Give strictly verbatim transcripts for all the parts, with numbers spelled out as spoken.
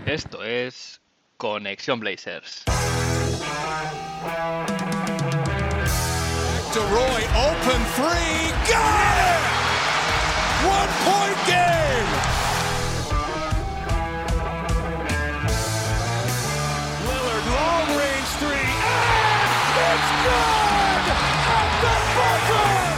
Esto es Conexión Blazers. To Roy, open three, got it! One point game! Lillard, long range three, and it's good! At the buzzer!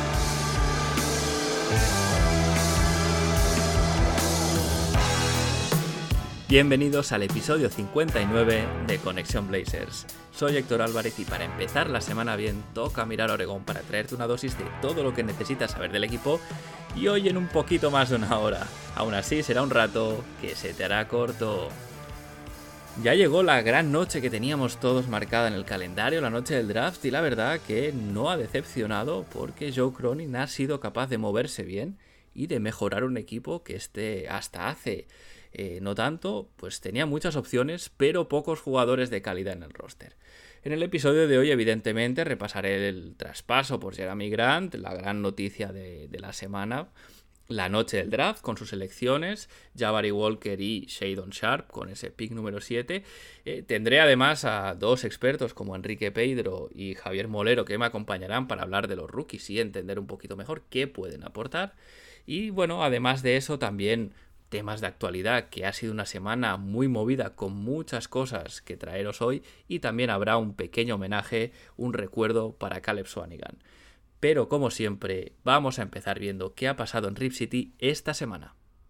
Bienvenidos al episodio cincuenta y nueve de Conexión Blazers. Soy Héctor Álvarez y para empezar la semana bien toca mirar a Oregón para traerte una dosis de todo lo que necesitas saber del equipo y hoy en un poquito más de una hora. Aún así será un rato que se te hará corto. Ya llegó la gran noche que teníamos todos marcada en el calendario, la noche del draft, y la verdad que no ha decepcionado porque Joe Cronin ha sido capaz de moverse bien y de mejorar un equipo que esté hasta hace... Eh, no tanto, pues tenía muchas opciones, pero pocos jugadores de calidad en el roster. En el episodio de hoy, evidentemente, repasaré el traspaso por Jerami Grant, la gran noticia de, de la semana, la noche del draft con sus elecciones, Jabari Walker y Shadon Sharp con ese pick número siete. Eh, tendré además a dos expertos como Enrique Pedro y Javier Molero que me acompañarán para hablar de los rookies y entender un poquito mejor qué pueden aportar. Y bueno, además de eso también... temas de actualidad, que ha sido una semana muy movida con muchas cosas que traeros hoy, y también habrá un pequeño homenaje, un recuerdo para Caleb Swanigan. Pero como siempre, vamos a empezar viendo qué ha pasado en Rip City esta semana.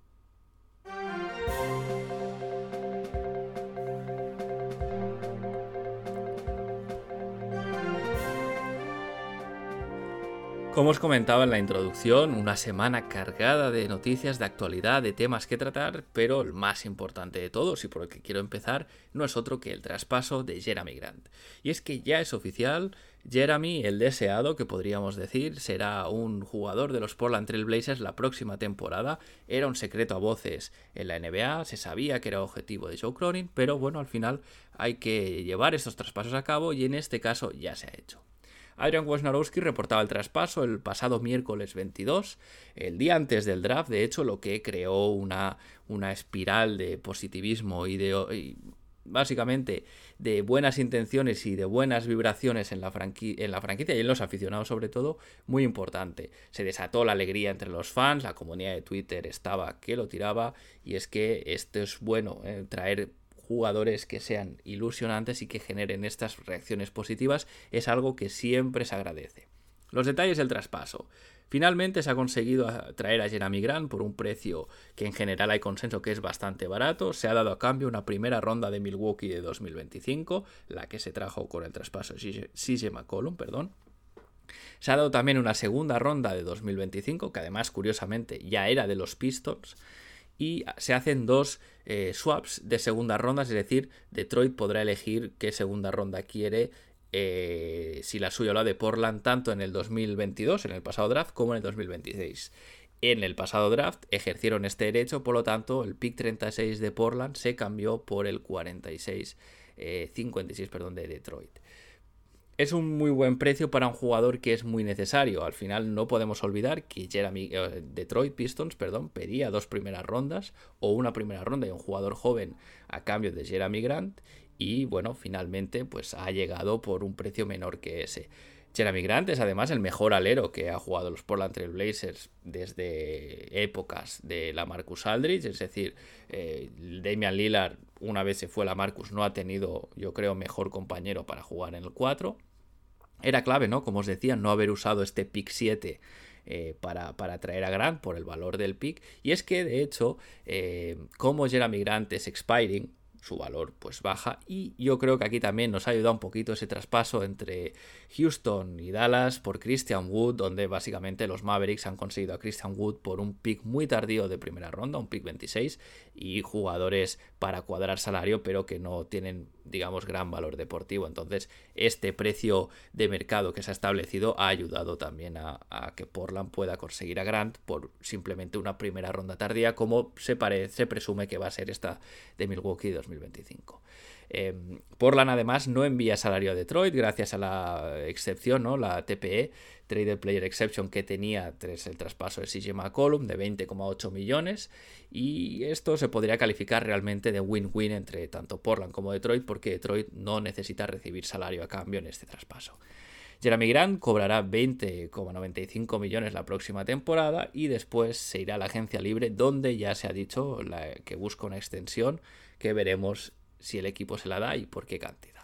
Como os comentaba en la introducción, una semana cargada de noticias, de actualidad, de temas que tratar, pero el más importante de todos y por el que quiero empezar no es otro que el traspaso de Jerami Grant. Y es que ya es oficial, Jerami, el deseado, que podríamos decir, será un jugador de los Portland Trail Blazers la próxima temporada. Era un secreto a voces en la N B A, se sabía que era objetivo de Joe Cronin, pero bueno, al final hay que llevar estos traspasos a cabo y en este caso ya se ha hecho. Adrian Wojnarowski reportaba el traspaso el pasado miércoles veintidós, el día antes del draft, de hecho, lo que creó una, una espiral de positivismo y de y básicamente de buenas intenciones y de buenas vibraciones en la, franqui- en la franquicia y en los aficionados sobre todo, muy importante. Se desató la alegría entre los fans, la comunidad de Twitter estaba que lo tiraba y es que esto es bueno, eh, traer jugadores que sean ilusionantes y que generen estas reacciones positivas es algo que siempre se agradece. Los detalles del traspaso. Finalmente se ha conseguido traer a Jerami Grant por un precio que en general hay consenso que es bastante barato. Se ha dado a cambio una primera ronda de Milwaukee de dos mil veinticinco, la que se trajo con el traspaso de C J McCollum, perdón. Se ha dado también una segunda ronda de dos mil veinticinco, que además curiosamente ya era de los Pistons. Y se hacen dos eh, swaps de segundas rondas, es decir, Detroit podrá elegir qué segunda ronda quiere, eh, si la suya o la de Portland, tanto en el dos mil veintidós, en el pasado draft, como en el dos mil veintiséis. En el pasado draft ejercieron este derecho, por lo tanto, el pick treinta y seis de Portland se cambió por el cuarenta y seis, eh, cincuenta y seis perdón, de Detroit. Es un muy buen precio para un jugador que es muy necesario. Al final no podemos olvidar que Jerami, eh, Detroit Pistons perdón, pedía dos primeras rondas o una primera ronda y un jugador joven a cambio de Jerami Grant y bueno, finalmente pues ha llegado por un precio menor que ese. Jerami Grant es además el mejor alero que ha jugado los Portland Trail Blazers desde épocas de la Marcus Aldridge, es decir, eh, Damian Lillard una vez se fue la Marcus no ha tenido, yo creo, mejor compañero para jugar en el cuatro. Era clave, ¿no? Como os decía, no haber usado este pick siete eh, para, para traer a Grant por el valor del pick. Y es que, de hecho, eh, como Jerami Grant es expiring, su valor pues baja y yo creo que aquí también nos ha ayudado un poquito ese traspaso entre Houston y Dallas por Christian Wood, donde básicamente los Mavericks han conseguido a Christian Wood por un pick muy tardío de primera ronda, un pick veintiséis, y jugadores para cuadrar salario pero que no tienen, digamos, gran valor deportivo. Entonces este precio de mercado que se ha establecido ha ayudado también a, a que Portland pueda conseguir a Grant por simplemente una primera ronda tardía, como se, parece, se presume que va a ser esta de Milwaukee dos mil veinticinco. Eh, Portland además no envía salario a Detroit gracias a la excepción, ¿no? La T P E, Traded Player Exception, que tenía tras el traspaso de C J McCollum de veinte coma ocho millones, y esto se podría calificar realmente de win-win entre tanto Portland como Detroit, porque Detroit no necesita recibir salario a cambio en este traspaso. Jerami Grant cobrará veinte coma noventa y cinco millones la próxima temporada y después se irá a la agencia libre, donde ya se ha dicho la, que busca una extensión, que veremos si el equipo se la da y por qué cantidad.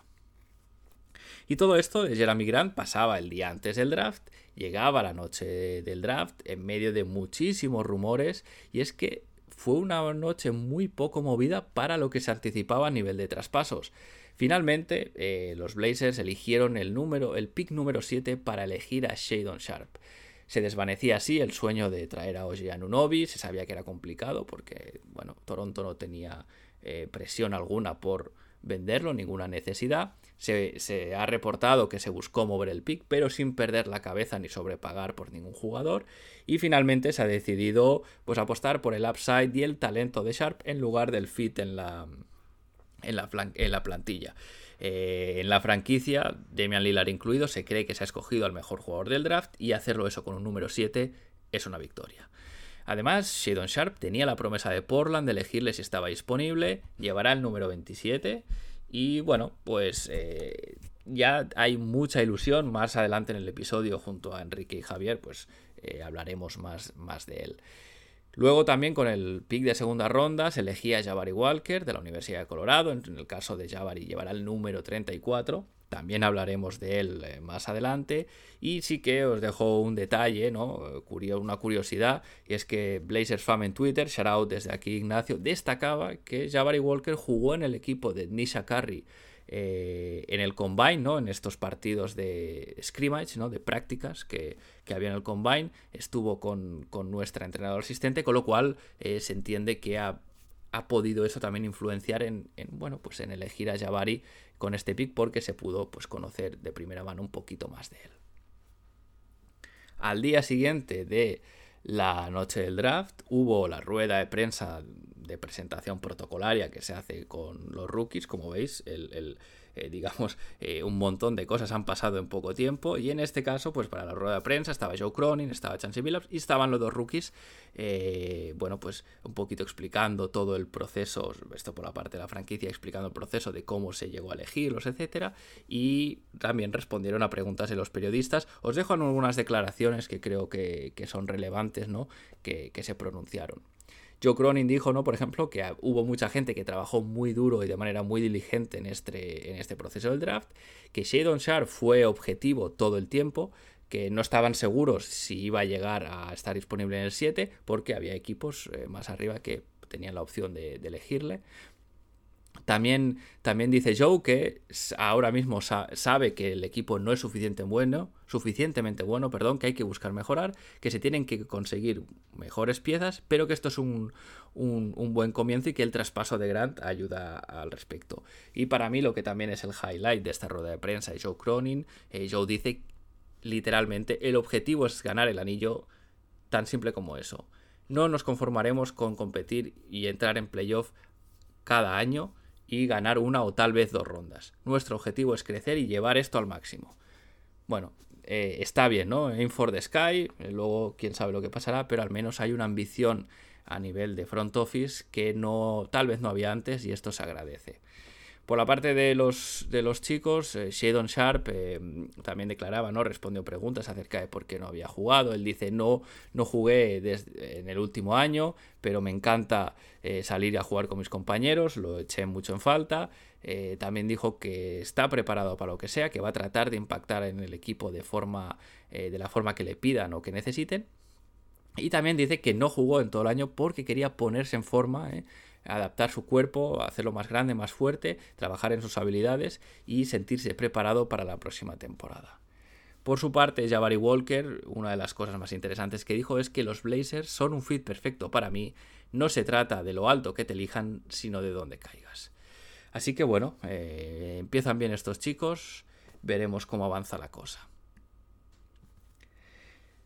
Y todo esto de Jerami Grant pasaba el día antes del draft, llegaba la noche del draft en medio de muchísimos rumores, y es que fue una noche muy poco movida para lo que se anticipaba a nivel de traspasos. Finalmente, eh, los Blazers eligieron el número, el pick número siete para elegir a Shadon Sharp. Se desvanecía así el sueño de traer a O G Anunoby, se sabía que era complicado porque, bueno, Toronto no tenía eh, presión alguna por venderlo, ninguna necesidad. Se, se ha reportado que se buscó mover el pick, pero sin perder la cabeza ni sobrepagar por ningún jugador. Y finalmente se ha decidido pues, apostar por el upside y el talento de Sharp en lugar del fit en la, en la, en la plantilla. Eh, en la franquicia, Damian Lillard incluido, se cree que se ha escogido al mejor jugador del draft, y hacerlo eso con un número siete es una victoria. Además, Shadon Sharp tenía la promesa de Portland de elegirle si estaba disponible, llevará el número veintisiete y bueno, pues eh, ya hay mucha ilusión. Más adelante en el episodio, junto a Enrique y Javier, pues eh, hablaremos más, más de él. Luego también con el pick de segunda ronda se elegía a Jabari Walker de la Universidad de Colorado. En el caso de Jabari llevará el número treinta y cuatro. También hablaremos de él eh, más adelante. Y sí que os dejo un detalle, ¿no? Una curiosidad, y es que Blazers Fan en Twitter, shout out desde aquí Ignacio, destacaba que Jabari Walker jugó en el equipo de Nisha Curry eh, en el Combine, ¿no? En estos partidos de scrimmage, ¿no? De prácticas que, que había en el Combine. Estuvo con, con nuestra entrenadora asistente, con lo cual eh, se entiende que ha, ha podido eso también influenciar en, en, bueno, pues en elegir a Jabari con este pick, porque se pudo pues, conocer de primera mano un poquito más de él. Al día siguiente de la noche del draft hubo la rueda de prensa de presentación protocolaria que se hace con los rookies. Como veis, el, el, eh, digamos, eh, un montón de cosas han pasado en poco tiempo, y en este caso, pues para la rueda de prensa estaba Joe Cronin, estaba Chauncey Billups y estaban los dos rookies, eh, bueno, pues un poquito explicando todo el proceso, esto por la parte de la franquicia, explicando el proceso de cómo se llegó a elegirlos, etcétera, y también respondieron a preguntas de los periodistas. Os dejo en algunas declaraciones que creo que, que son relevantes, ¿no? que, que se pronunciaron. Joe Cronin dijo, ¿no? Por ejemplo, que hubo mucha gente que trabajó muy duro y de manera muy diligente en este, en este proceso del draft, que Shadon Sharp fue objetivo todo el tiempo, que no estaban seguros si iba a llegar a estar disponible en el siete, porque había equipos eh, más arriba que tenían la opción de, de elegirle. También, también dice Joe que ahora mismo sa- sabe que el equipo no es suficiente bueno, suficientemente bueno, perdón, que hay que buscar mejorar, que se tienen que conseguir mejores piezas, pero que esto es un, un, un buen comienzo y que el traspaso de Grant ayuda al respecto. Y para mí lo que también es el highlight de esta rueda de prensa es Joe Cronin. Eh, Joe dice literalmente, el objetivo es ganar el anillo, tan simple como eso. No nos conformaremos con competir y entrar en playoff cada año y ganar una o tal vez dos rondas. Nuestro objetivo es crecer y llevar esto al máximo. Bueno, eh, está bien, ¿no? Aim for the sky, luego quién sabe lo que pasará, pero al menos hay una ambición a nivel de front office que no, tal vez no había antes, y esto se agradece. Por la parte de los, de los chicos, eh, Shadon Sharp eh, también declaraba, ¿no? Respondió preguntas acerca de por qué no había jugado. Él dice, no, no jugué desde, en el último año, pero me encanta eh, salir a jugar con mis compañeros, lo eché mucho en falta. Eh, también dijo que está preparado para lo que sea, que va a tratar de impactar en el equipo de, forma, eh, de la forma que le pidan o que necesiten. Y también dice que no jugó en todo el año porque quería ponerse en forma, ¿eh? adaptar su cuerpo, hacerlo más grande, más fuerte, trabajar en sus habilidades y sentirse preparado para la próxima temporada. Por su parte, Jabari Walker, una de las cosas más interesantes que dijo es que los Blazers son un fit perfecto para mí. No se trata de lo alto que te elijan, sino de dónde caigas. Así que bueno, eh, empiezan bien estos chicos, veremos cómo avanza la cosa.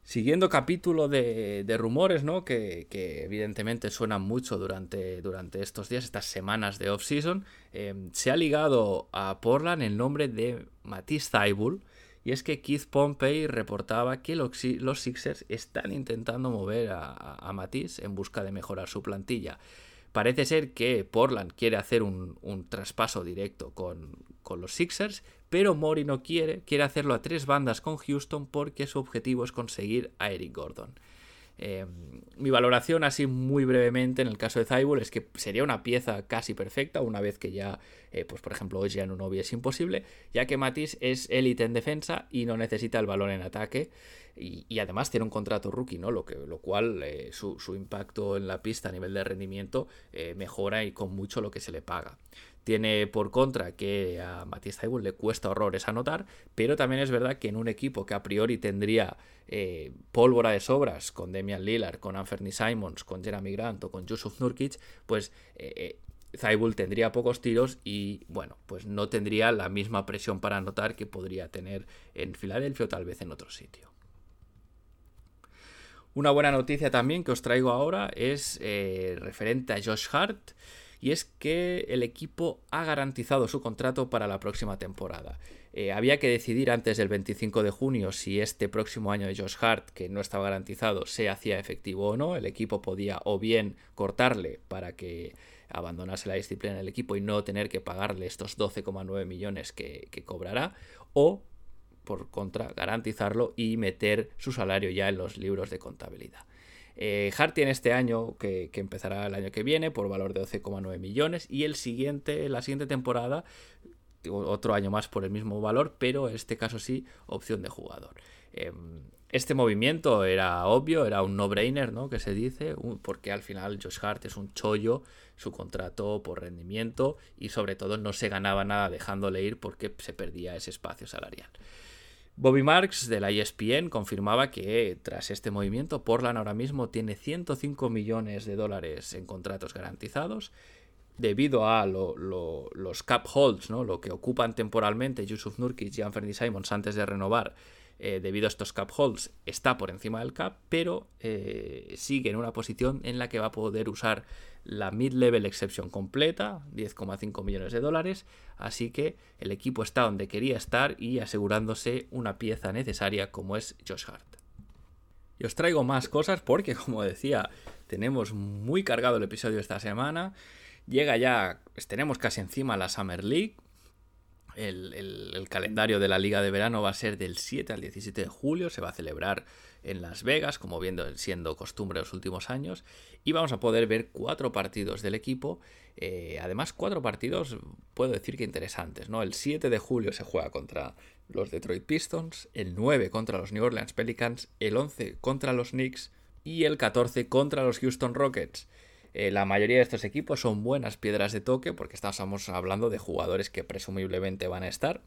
Siguiendo capítulo de, de rumores, ¿no? Que, que evidentemente suenan mucho durante, durante estos días, estas semanas de off-season, eh, se ha ligado a Portland el nombre de Matisse Thybulle, y es que Keith Pompey reportaba que los, los Sixers están intentando mover a, a, a Matisse en busca de mejorar su plantilla. Parece ser que Portland quiere hacer un, un traspaso directo con, con los Sixers, pero Morey no quiere, quiere hacerlo a tres bandas con Houston porque su objetivo es conseguir a Eric Gordon. Eh, mi valoración así muy brevemente en el caso de Thybulle es que sería una pieza casi perfecta una vez que ya, eh, pues por ejemplo, hoy ya en Anunoby es imposible, ya que Matisse es élite en defensa y no necesita el balón en ataque y, y además tiene un contrato rookie, ¿no? Lo, que, lo cual eh, su, su impacto en la pista a nivel de rendimiento eh, mejora y con mucho lo que se le paga. Tiene por contra que a Matisse Thybulle le cuesta horrores anotar, pero también es verdad que en un equipo que a priori tendría eh, pólvora de sobras con Damian Lillard, con Anthony Simons, con Jerami Grant o con Jusuf Nurkic, pues eh, Thybulle tendría pocos tiros y bueno, pues no tendría la misma presión para anotar que podría tener en Filadelfia o tal vez en otro sitio. Una buena noticia también que os traigo ahora es eh, referente a Josh Hart. Y es que el equipo ha garantizado su contrato para la próxima temporada. Eh, había que decidir antes del veinticinco de junio si este próximo año de Josh Hart, que no estaba garantizado, se hacía efectivo o no. El equipo podía o bien cortarle para que abandonase la disciplina del equipo y no tener que pagarle estos doce coma nueve millones que, que cobrará, o por contra garantizarlo y meter su salario ya en los libros de contabilidad. Eh, Hart tiene este año, que, que empezará el año que viene, por valor de doce coma nueve millones, y el siguiente, la siguiente temporada, otro año más por el mismo valor, pero en este caso sí, opción de jugador. Eh, este movimiento era obvio, era un no-brainer, ¿no? Que se dice, porque al final Josh Hart es un chollo, su contrato por rendimiento, y sobre todo no se ganaba nada dejándole ir porque se perdía ese espacio salarial. Bobby Marks de la E S P N confirmaba que tras este movimiento Portland ahora mismo tiene ciento cinco millones de dólares en contratos garantizados debido a lo, lo, los cap holds, ¿no? Lo que ocupan temporalmente Jusuf Nurkic y Anthony Simons antes de renovar. Eh, debido a estos cap holds está por encima del cap, pero eh, sigue en una posición en la que va a poder usar la mid-level exception completa, diez coma cinco millones de dólares, así que el equipo está donde quería estar y asegurándose una pieza necesaria como es Josh Hart. Y os traigo más cosas porque, como decía, tenemos muy cargado el episodio esta semana, llega ya, tenemos casi encima la Summer League. El, el, el calendario de la Liga de Verano va a ser del siete al diecisiete de julio, se va a celebrar en Las Vegas, como viendo, siendo costumbre los últimos años, y vamos a poder ver cuatro partidos del equipo, eh, además cuatro partidos, puedo decir que interesantes, ¿no? El siete de julio se juega contra los Detroit Pistons, el nueve contra los New Orleans Pelicans, el once contra los Knicks y el catorce contra los Houston Rockets. Eh, la mayoría de estos equipos son buenas piedras de toque porque estamos hablando de jugadores que presumiblemente van a estar,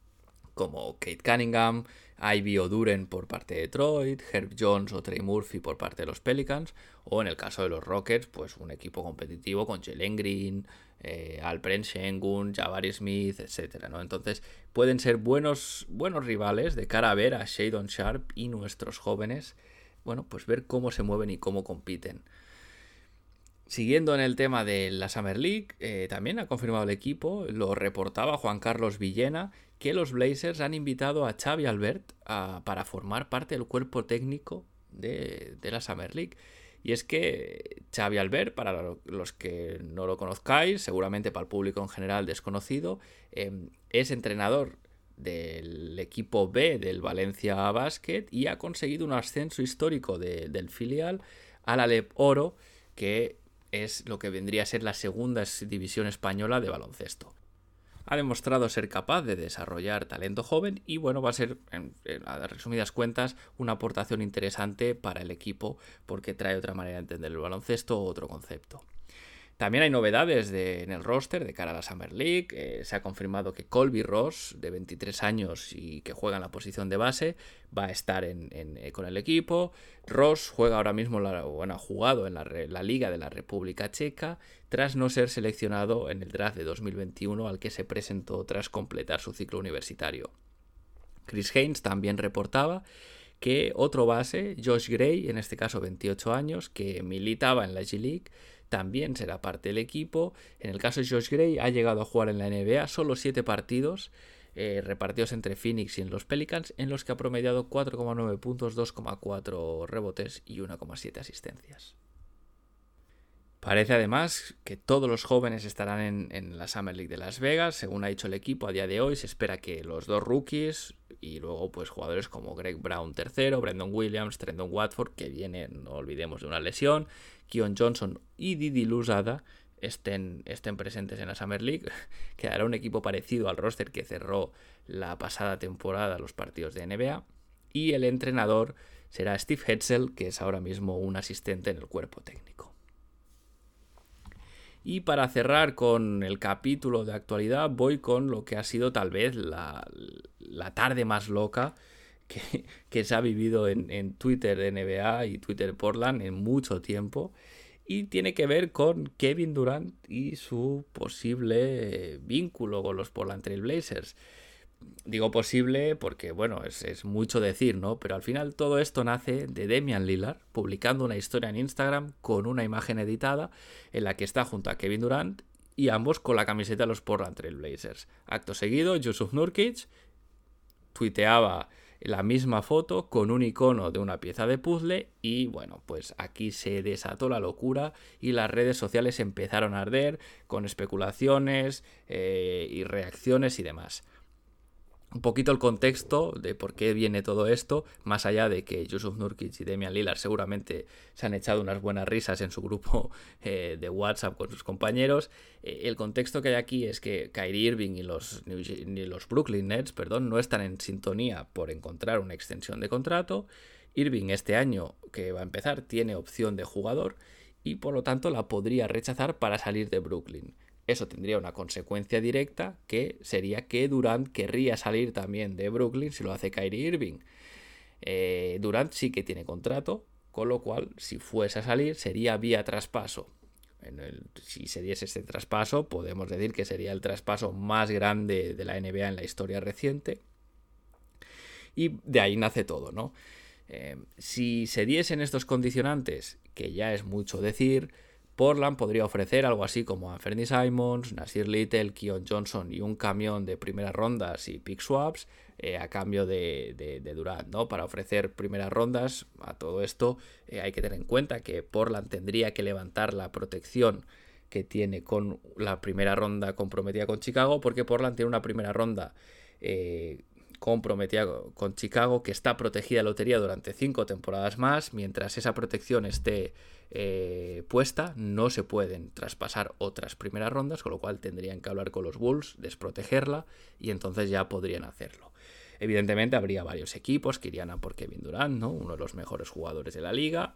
como Kate Cunningham, Ivy o Duren por parte de Detroit, Herb Jones o Trey Murphy por parte de los Pelicans, o en el caso de los Rockets, pues un equipo competitivo con Jalen Green, eh, Alperen Sengun, Jabari Smith, etcétera, ¿no? Entonces pueden ser buenos, buenos rivales de cara a ver a Shadon Sharpe y nuestros jóvenes, bueno, pues ver cómo se mueven y cómo compiten. Siguiendo en el tema de la Summer League, eh, también ha confirmado el equipo, lo reportaba Juan Carlos Villena, que los Blazers han invitado a Xavi Albert a, para formar parte del cuerpo técnico de, de la Summer League. Y es que Xavi Albert, para los que no lo conozcáis, seguramente para el público en general desconocido, eh, es entrenador del equipo B del Valencia Basket y ha conseguido un ascenso histórico de, del filial al Alep Oro, que es lo que vendría a ser la segunda división española de baloncesto. Ha demostrado ser capaz de desarrollar talento joven y bueno, va a ser, en, en, a resumidas cuentas, una aportación interesante para el equipo porque trae otra manera de entender el baloncesto, otro concepto. También hay novedades de, en el roster de cara a la Summer League. Eh, se ha confirmado que Colby Ross, de veintitrés años y que juega en la posición de base, va a estar en, en, eh, con el equipo. Ross juega ahora mismo, la, bueno, ha jugado en la, la Liga de la República Checa tras no ser seleccionado en el draft de dos mil veintiuno al que se presentó tras completar su ciclo universitario. Chris Haynes también reportaba que otro base, Josh Gray, en este caso veintiocho años, que militaba en la G League, también será parte del equipo. En el caso de Josh Gray, ha llegado a jugar en la N B A solo siete partidos, eh, repartidos entre Phoenix y en los Pelicans, en los que ha promediado cuatro coma nueve puntos, dos coma cuatro rebotes y uno coma siete asistencias. Parece además que todos los jóvenes estarán en, en la Summer League de Las Vegas. Según ha dicho el equipo, a día de hoy se espera que los dos rookies y luego pues jugadores como Greg Brown tercero, Brandon Williams, Trendon Watford, que vienen, no olvidemos, de una lesión, Keon Johnson y Didi Louzada estén, estén presentes en la Summer League. Quedará un equipo parecido al roster que cerró la pasada temporada los partidos de N B A. Y el entrenador será Steve Hetzel, que es ahora mismo un asistente en el cuerpo técnico. Y para cerrar con el capítulo de actualidad, voy con lo que ha sido tal vez la, la tarde más loca que, que se ha vivido en, en Twitter N B A y Twitter Portland en mucho tiempo. Y tiene que ver con Kevin Durant y su posible vínculo con los Portland Trail Blazers. Digo posible porque, bueno, es, es mucho decir, ¿no? Pero al final todo esto nace de Damian Lillard publicando una historia en Instagram con una imagen editada en la que está junto a Kevin Durant y ambos con la camiseta de los Portland Trail Blazers. Acto seguido, Jusuf Nurkic tuiteaba la misma foto con un icono de una pieza de puzzle y, bueno, pues aquí se desató la locura y las redes sociales empezaron a arder con especulaciones eh, y reacciones y demás. Un poquito el contexto de por qué viene todo esto, más allá de que Jusuf Nurkic y Damian Lillard seguramente se han echado unas buenas risas en su grupo eh, de WhatsApp con sus compañeros. Eh, el contexto que hay aquí es que Kyrie Irving y los, y los Brooklyn Nets perdón, no están en sintonía por encontrar una extensión de contrato. Irving este año que va a empezar tiene opción de jugador y por lo tanto la podría rechazar para salir de Brooklyn. Eso tendría una consecuencia directa que sería que Durant querría salir también de Brooklyn si lo hace Kyrie Irving. Eh, Durant sí que tiene contrato, con lo cual si fuese a salir sería vía traspaso. En el, si se diese este traspaso podemos decir que sería el traspaso más grande de la N B A en la historia reciente. Y de ahí nace todo, ¿no? Eh, si se diesen estos condicionantes, que ya es mucho decir, Portland podría ofrecer algo así como a Anthony Simons, Nasir Little, Keon Johnson y un camión de primeras rondas y pick swaps eh, a cambio de, de, de Durant, ¿no? Para ofrecer primeras rondas a todo esto eh, hay que tener en cuenta que Portland tendría que levantar la protección que tiene con la primera ronda comprometida con Chicago, porque Portland tiene una primera ronda eh, comprometida con Chicago que está protegida de lotería durante cinco temporadas más. Mientras esa protección esté eh, puesta, no se pueden traspasar otras primeras rondas, con lo cual tendrían que hablar con los Bulls, desprotegerla y entonces ya podrían hacerlo. Evidentemente habría varios equipos que irían a por Kevin Durant, ¿no? Uno de los mejores jugadores de la liga,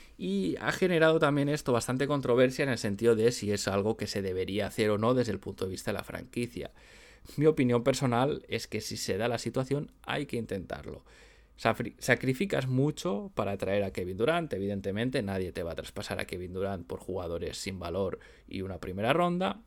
y ha generado también esto bastante controversia en el sentido de si es algo que se debería hacer o no desde el punto de vista de la franquicia. Mi opinión personal es que si se da la situación hay que intentarlo. Sacrificas mucho para traer a Kevin Durant, evidentemente nadie te va a traspasar a Kevin Durant por jugadores sin valor y una primera ronda,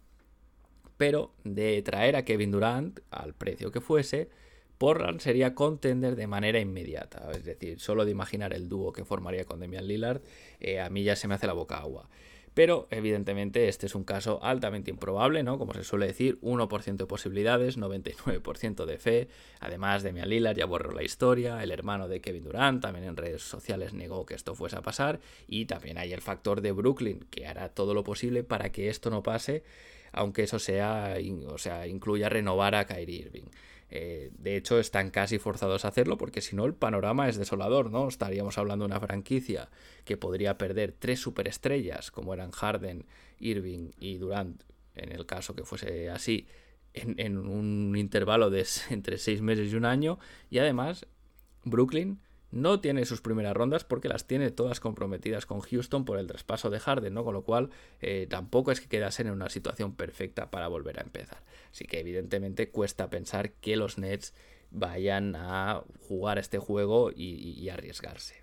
pero de traer a Kevin Durant al precio que fuese, Portland sería contender de manera inmediata. Es decir, solo de imaginar el dúo que formaría con Damian Lillard, eh, a mí ya se me hace la boca agua. Pero evidentemente este es un caso altamente improbable, ¿no? Como se suele decir, uno por ciento de posibilidades, noventa y nueve por ciento de fe. Además, Damian Lillard ya borró la historia, el hermano de Kevin Durant también en redes sociales negó que esto fuese a pasar, y también hay el factor de Brooklyn, que hará todo lo posible para que esto no pase, aunque eso sea, o sea, incluya renovar a Kyrie Irving. Eh, de hecho, están casi forzados a hacerlo porque si no el panorama es desolador, ¿no? Estaríamos hablando de una franquicia que podría perder tres superestrellas como eran Harden, Irving y Durant, en el caso que fuese así, en, en un intervalo de entre seis meses y un año. Y además, Brooklyn no tiene sus primeras rondas porque las tiene todas comprometidas con Houston por el traspaso de Harden, ¿no? Con lo cual eh, tampoco es que quedasen en una situación perfecta para volver a empezar. Así que evidentemente cuesta pensar que los Nets vayan a jugar este juego y, y, y arriesgarse.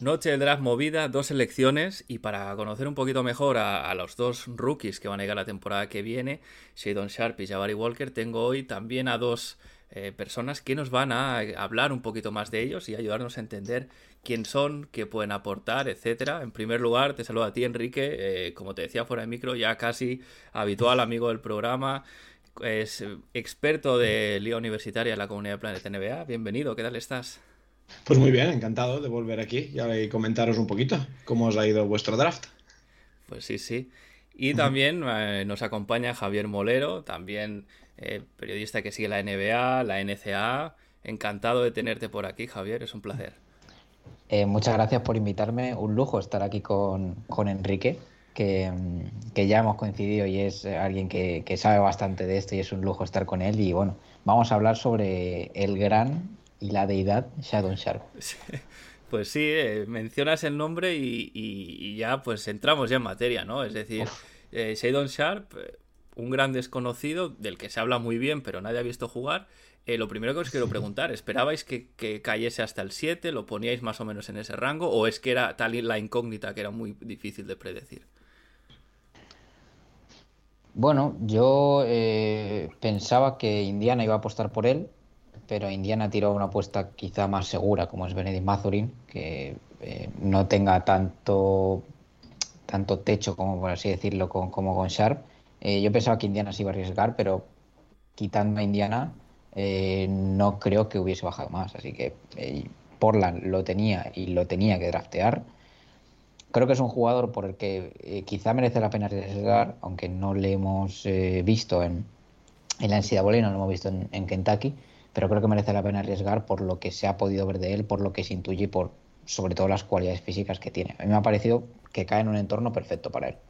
Noche del draft movida, dos selecciones, y para conocer un poquito mejor a, a los dos rookies que van a llegar la temporada que viene, Shadon Sharpe y Jabari Walker, tengo hoy también a dos eh, personas que nos van a hablar un poquito más de ellos y ayudarnos a entender quién son, qué pueden aportar, etcétera. En primer lugar, te saludo a ti, Enrique, eh, como te decía fuera de micro, ya casi habitual amigo del programa, es experto de Liga Universitaria en la comunidad de Planet N B A. Bienvenido, ¿qué tal estás? Pues muy bien, encantado de volver aquí y comentaros un poquito cómo os ha ido vuestro draft. Pues sí, sí. Y también eh, nos acompaña Javier Molero, también eh, periodista que sigue la N B A, la N C A A. Encantado de tenerte por aquí, Javier, es un placer. Eh, muchas gracias por invitarme, un lujo estar aquí con, con Enrique, que, que ya hemos coincidido y es alguien que, que sabe bastante de esto y es un lujo estar con él. Y bueno, vamos a hablar sobre el gran y la deidad Shadon Sharpe. Pues sí, eh, mencionas el nombre y, y, y ya pues entramos ya en materia, ¿no? Es decir, eh, Shadon Sharpe, un gran desconocido del que se habla muy bien pero nadie ha visto jugar. Eh, lo primero que os quiero preguntar, ¿esperabais que, que cayese hasta el siete? ¿Lo poníais más o menos en ese rango? ¿O es que era tal la incógnita que era muy difícil de predecir? Bueno, yo eh, pensaba que Indiana iba a apostar por él, pero Indiana tiró una apuesta quizá más segura, como es Benedict Mathurin, que eh, no tenga tanto, tanto techo, como por así decirlo, con, como con Sharpe. Eh, yo pensaba que Indiana se iba a arriesgar, pero quitando a Indiana, eh, no creo que hubiese bajado más. Así que eh, Portland lo tenía y lo tenía que draftear. Creo que es un jugador por el que eh, quizá merece la pena arriesgar, aunque no le hemos eh, visto en, en la N C A A, no lo hemos visto en, en Kentucky, pero creo que merece la pena arriesgar por lo que se ha podido ver de él, por lo que se intuye y por sobre todo las cualidades físicas que tiene. A mí me ha parecido que cae en un entorno perfecto para él.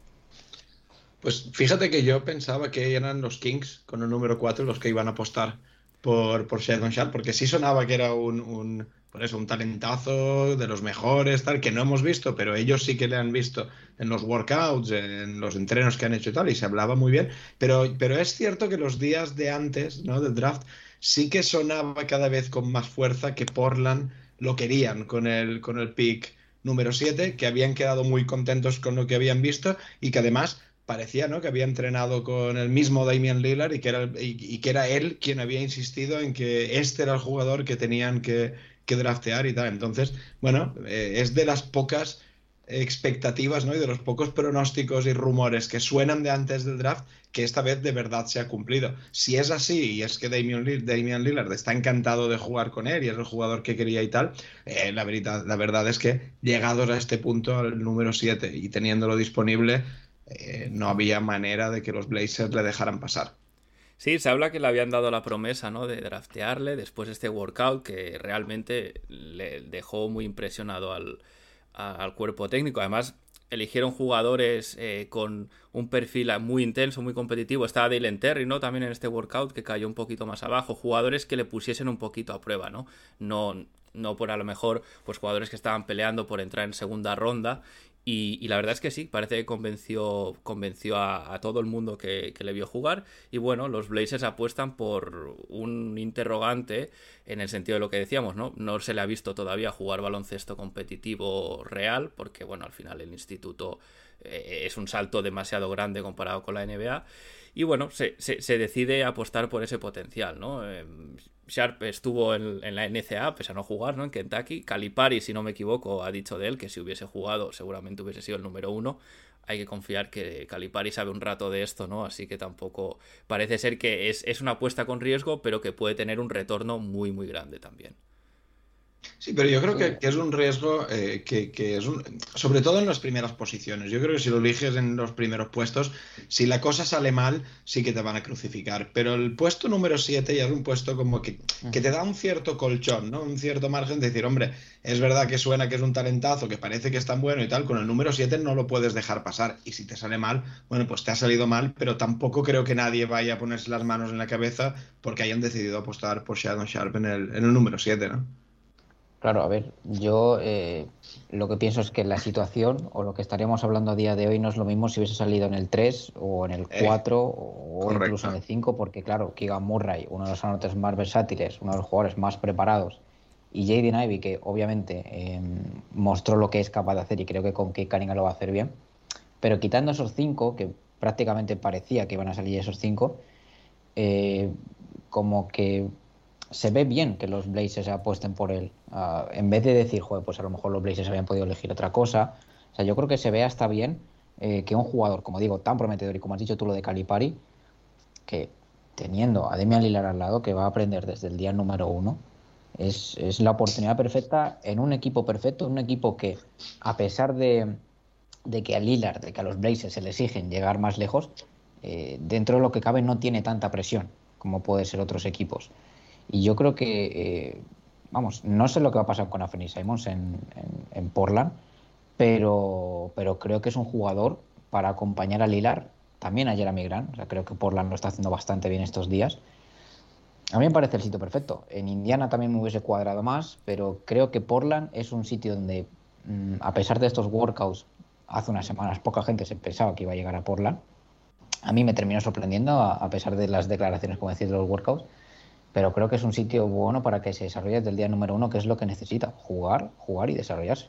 Pues fíjate que yo pensaba que eran los Kings con el número cuatro los que iban a apostar por, por Shadon Sharpe, porque sí sonaba que era un, un, por eso, un talentazo de los mejores, tal, que no hemos visto, pero ellos sí que le han visto en los workouts, en los entrenos que han hecho y tal, y se hablaba muy bien. Pero, pero es cierto que los días de antes, ¿no?, del draft sí que sonaba cada vez con más fuerza que Portland lo querían con el, con el pick número siete, que habían quedado muy contentos con lo que habían visto y que además parecía, ¿no?, que había entrenado con el mismo Damian Lillard y que era, y, y que era él quien había insistido en que este era el jugador que tenían que, que draftear y tal. Entonces, bueno, eh, es de las pocas expectativas, ¿no?, y de los pocos pronósticos y rumores que suenan de antes del draft que esta vez de verdad se ha cumplido. Si es así y es que Damian Lillard, Damian Lillard está encantado de jugar con él y es el jugador que quería y tal, eh, la, verdad, la verdad es que llegados a este punto, al número siete y teniéndolo disponible, Eh, no había manera de que los Blazers le dejaran pasar. Sí, se habla que le habían dado la promesa, ¿no?, de draftearle después de este workout que realmente le dejó muy impresionado al, a, al cuerpo técnico. Además, eligieron jugadores eh, con un perfil muy intenso, muy competitivo. Estaba Dalen Terry, ¿no?, también en este workout, que cayó un poquito más abajo. Jugadores que le pusiesen un poquito a prueba, ¿no? No, no por a lo mejor pues jugadores que estaban peleando por entrar en segunda ronda. Y, y la verdad es que sí, parece que convenció, convenció a, a todo el mundo que, que le vio jugar. Y bueno, los Blazers apuestan por un interrogante en el sentido de lo que decíamos, ¿no? No se le ha visto todavía jugar baloncesto competitivo real, porque bueno, al final el instituto eh, es un salto demasiado grande comparado con la N B A. Y bueno, se, se, se decide apostar por ese potencial, ¿no? Eh, Sharpe estuvo en, en la N C A A, pese a no jugar, ¿no?, en Kentucky. Calipari, si no me equivoco, ha dicho de él que si hubiese jugado seguramente hubiese sido el número uno. Hay que confiar que Calipari sabe un rato de esto, ¿no? Así que tampoco parece ser que es, es una apuesta con riesgo, pero que puede tener un retorno muy, muy grande también. Sí, pero yo creo que, que es un riesgo eh, que, que es un, sobre todo en las primeras posiciones. Yo creo que si lo eliges en los primeros puestos, si la cosa sale mal, sí que te van a crucificar. Pero el puesto número siete ya es un puesto como que, que te da un cierto colchón, ¿no? Un cierto margen de decir, hombre, es verdad que suena que es un talentazo, que parece que es tan bueno y tal, con el número siete no lo puedes dejar pasar. Y si te sale mal, bueno, pues te ha salido mal, pero tampoco creo que nadie vaya a ponerse las manos en la cabeza porque hayan decidido apostar por Shadon Sharpe en el, en el número siete, ¿no? Claro, a ver, yo eh, lo que pienso es que la situación o lo que estaríamos hablando a día de hoy no es lo mismo si hubiese salido en el tres o en el cuatro eh, o correcto. Incluso en el cinco, porque claro, Keegan Murray, uno de los anotadores más versátiles, uno de los jugadores más preparados y Jaden Ivey, que obviamente eh, mostró lo que es capaz de hacer y creo que con Cade Cunningham lo va a hacer bien, pero quitando esos cinco, que prácticamente parecía que iban a salir esos cinco, eh, como que se ve bien que los Blazers apuesten por él, uh, en vez de decir, joder, pues a lo mejor los Blazers habían podido elegir otra cosa. O sea, yo creo que se ve hasta bien eh, que un jugador, como digo, tan prometedor y como has dicho tú lo de Calipari, que teniendo a Damian Lillard al lado, que va a aprender desde el día número uno, es, es la oportunidad perfecta en un equipo perfecto, en un equipo que, a pesar de, de que a Lillard, de que a los Blazers se le exigen llegar más lejos, eh, dentro de lo que cabe no tiene tanta presión como puede ser otros equipos. Y yo creo que, eh, vamos, no sé lo que va a pasar con Anthony Simons en, en, en Portland, pero, pero creo que es un jugador para acompañar a Lillard, también a Jerami Grant. O sea, creo que Portland lo está haciendo bastante bien estos días. A mí me parece el sitio perfecto. En Indiana también me hubiese cuadrado más, pero creo que Portland es un sitio donde, mmm, a pesar de estos workouts, hace unas semanas poca gente se pensaba que iba a llegar a Portland. A mí me terminó sorprendiendo, a, a pesar de las declaraciones, como decís, de los workouts. Pero creo que es un sitio bueno para que se desarrolle desde el día número uno, que es lo que necesita, jugar, jugar y desarrollarse.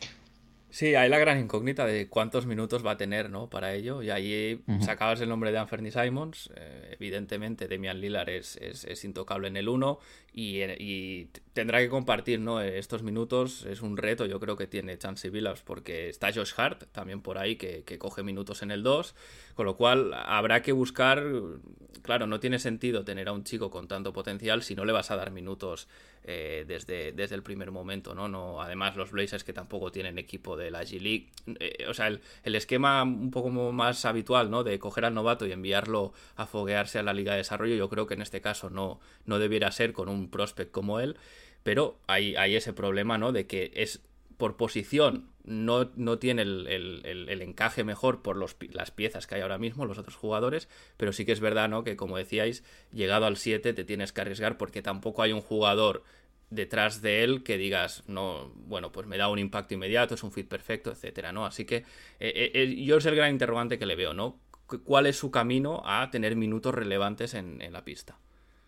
Sí, hay la gran incógnita de cuántos minutos va a tener, ¿no? Para ello. Y ahí uh-huh. sacabas el nombre de Anthony Simons. Eh, evidentemente, Damian Lillard es, es, es intocable en el uno y, y tendrá que compartir, ¿no? Estos minutos. Es un reto, yo creo que tiene Chauncey Billups, porque está Josh Hart también por ahí que, que coge minutos en el dos. Con lo cual habrá que buscar. Claro, no tiene sentido tener a un chico con tanto potencial si no le vas a dar minutos eh, desde, desde el primer momento, ¿no? no Además, los Blazers, que tampoco tienen equipo de la G-League, eh, o sea, el, el esquema un poco más habitual, ¿no? De coger al novato y enviarlo a foguearse a la Liga de Desarrollo, yo creo que en este caso no, no debiera ser con un prospect como él, pero hay, hay ese problema, ¿no? De que es por posición. No, no tiene el, el, el, el encaje mejor por los, las piezas que hay ahora mismo, los otros jugadores, pero sí que es verdad, ¿no? Que como decíais, llegado al siete te tienes que arriesgar porque tampoco hay un jugador detrás de él que digas, no, bueno, pues me da un impacto inmediato, es un fit perfecto, etcétera, ¿no? Así que eh, eh, yo es el gran interrogante que le veo, ¿no? ¿Cuál es su camino a tener minutos relevantes en, en la pista?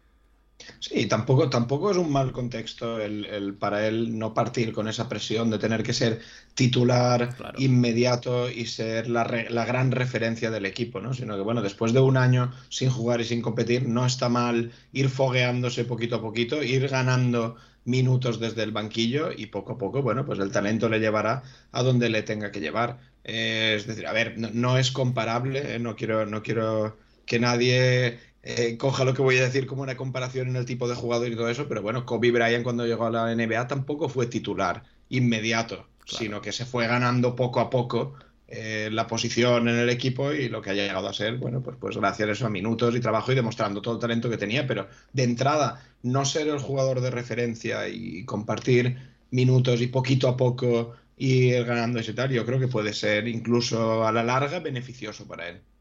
Sí, tampoco, tampoco es un mal contexto el, el para él no partir con esa presión de tener que ser titular claro. inmediato y ser la, re, la gran referencia del equipo, ¿no? Sino que, bueno, después de un año sin jugar y sin competir, no está mal ir fogueándose poquito a poquito, ir ganando minutos desde el banquillo y poco a poco, bueno, pues el talento le llevará a donde le tenga que llevar. Eh, es decir, a ver, no, no es comparable, eh, no quiero, no quiero que nadie... Eh, coja lo que voy a decir como una comparación en el tipo de jugador y todo eso, pero bueno, Kobe Bryant cuando llegó a la N B A tampoco fue titular inmediato, claro. sino que se fue ganando poco a poco eh, la posición en el equipo y lo que haya llegado a ser, bueno, pues, pues gracias a eso a minutos y trabajo y demostrando todo el talento que tenía, pero de entrada no ser el jugador de referencia y compartir minutos y poquito a poco ir ganando ese tal, yo creo que puede ser incluso a la larga beneficioso para él.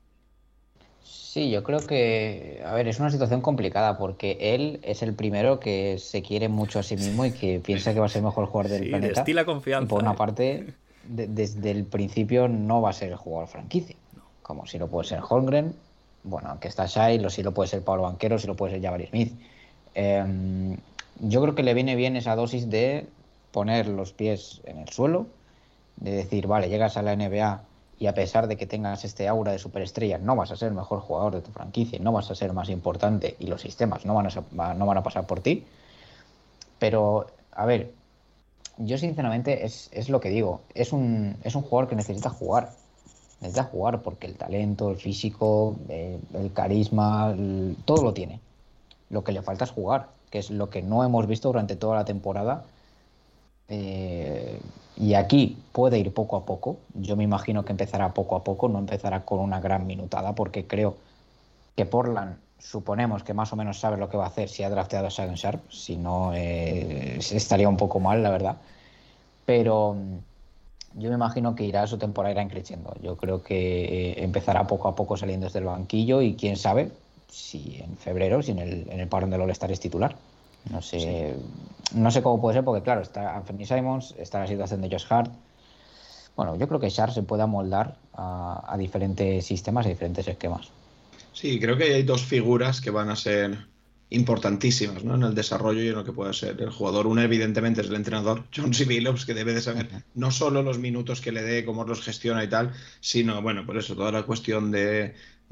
Sí, yo creo que, a ver, es una situación complicada porque él es el primero que se quiere mucho a sí mismo y que piensa que va a ser el mejor jugador del sí, planeta. Destila confianza. Y por una eh. parte, de, desde el principio no va a ser el jugador franquicia. Como si lo puede ser Holmgren, bueno, aunque está Shai, lo sí lo puede ser Pablo Banquero, sí lo puede ser Jabari Smith. Eh, yo creo que le viene bien esa dosis de poner los pies en el suelo, de decir, vale, llegas a la N B A y a pesar de que tengas este aura de superestrella, no vas a ser el mejor jugador de tu franquicia, no vas a ser más importante y los sistemas no van a, no van a pasar por ti. Pero, a ver, yo sinceramente es, es lo que digo, es un, es un jugador que necesita jugar, necesita jugar porque el talento, el físico, eh, el carisma, el, todo lo tiene. Lo que le falta es jugar, que es lo que no hemos visto durante toda la temporada. Eh, y aquí puede ir poco a poco. Yo me imagino que empezará poco a poco, no empezará con una gran minutada, porque creo que Portland suponemos que más o menos sabe lo que va a hacer si ha drafteado a Shaedon Sharpe, si no eh, estaría un poco mal, la verdad. Pero yo me imagino que irá su temporada irá creciendo. Yo creo que empezará poco a poco saliendo desde el banquillo y quién sabe si en febrero, si en el, en el parón del All-Star es titular. No sé, sí. no sé cómo puede ser, porque claro, está Anthony Simons, está la situación de Josh Hart. Bueno, yo creo que Sharpe se puede amoldar a, a diferentes sistemas, a diferentes esquemas. Sí, creo que hay dos figuras que van a ser importantísimas, ¿no? En el desarrollo y en lo que puede ser el jugador. Uno, evidentemente, es el entrenador, John C. Billups, que debe de saber no solo los minutos que le dé, cómo los gestiona y tal, sino, bueno, por eso, toda la cuestión de,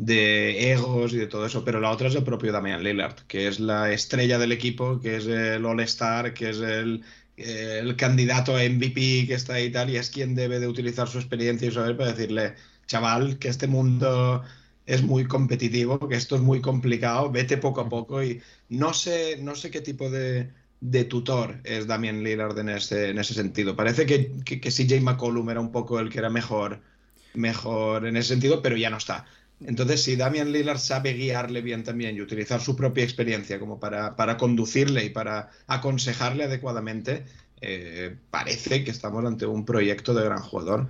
de egos y de todo eso. Pero la otra es el propio Damian Lillard, que es la estrella del equipo, que es el All-Star, que es el, el candidato a M V P que está ahí y tal, y es quien debe de utilizar su experiencia y saber para decirle, chaval, que este mundo es muy competitivo, que esto es muy complicado, vete poco a poco. Y no sé, no sé qué tipo de, de tutor es Damian Lillard en ese, en ese sentido. Parece que, que, que C J McCollum era un poco el que era mejor, mejor en ese sentido, pero ya no está. Entonces, si Damian Lillard sabe guiarle bien también y utilizar su propia experiencia como para, para conducirle y para aconsejarle adecuadamente, eh, parece que estamos ante un proyecto de gran jugador.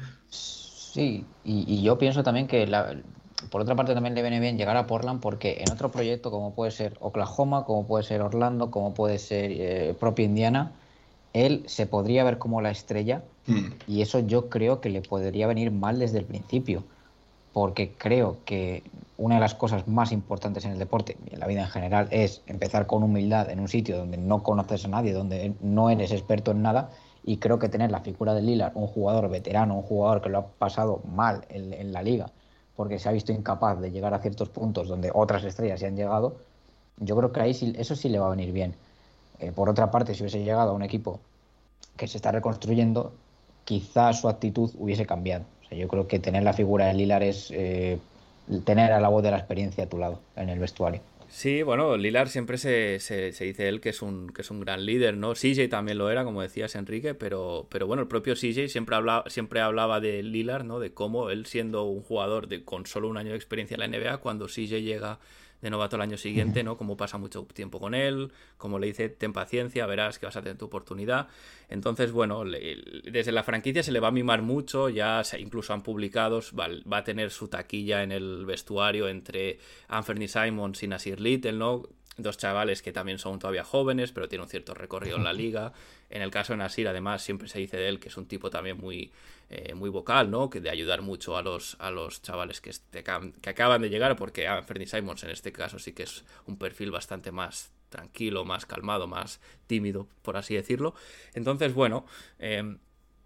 Sí, y, y yo pienso también que la, por otra parte también le viene bien llegar a Portland porque en otro proyecto como puede ser Oklahoma, como puede ser Orlando, como puede ser eh, propio Indiana, él se podría ver como la estrella Hmm. y eso yo creo que le podría venir mal desde el principio, porque creo que una de las cosas más importantes en el deporte y en la vida en general es empezar con humildad en un sitio donde no conoces a nadie, donde no eres experto en nada. Y creo que tener la figura de Lillard, un jugador veterano, un jugador que lo ha pasado mal en, en la liga, porque se ha visto incapaz de llegar a ciertos puntos donde otras estrellas ya han llegado, yo creo que ahí sí, eso sí le va a venir bien. Eh, por otra parte, si hubiese llegado a un equipo que se está reconstruyendo, quizás su actitud hubiese cambiado. O sea, yo creo que tener la figura de Lillard es eh, tener a la voz de la experiencia a tu lado en el vestuario. Sí, bueno, Lillard siempre se, se, se dice él que es un que es un gran líder, ¿no? C J también lo era, como decías, Enrique, pero, pero bueno, el propio C J siempre hablaba, siempre hablaba de Lillard, ¿no? De cómo él, siendo un jugador de con solo un año de experiencia en la N B A, cuando C J llega de novato el año siguiente, ¿no? Cómo pasa mucho tiempo con él, como le dice, ten paciencia, verás que vas a tener tu oportunidad. Entonces, bueno, le, desde la franquicia se le va a mimar mucho, ya se, incluso han publicado, va, va a tener su taquilla en el vestuario entre Anthony Simons y Nasir Little, ¿no? Dos chavales que también son todavía jóvenes, pero tienen un cierto recorrido en la liga. En el caso de Nasir, además, siempre se dice de él que es un tipo también muy, eh, muy vocal, ¿no? Que de ayudar mucho a los, a los chavales que, este, que acaban de llegar, porque Anthony Simons en este caso sí que es un perfil bastante más tranquilo, más calmado, más tímido, por así decirlo. Entonces, bueno... Eh,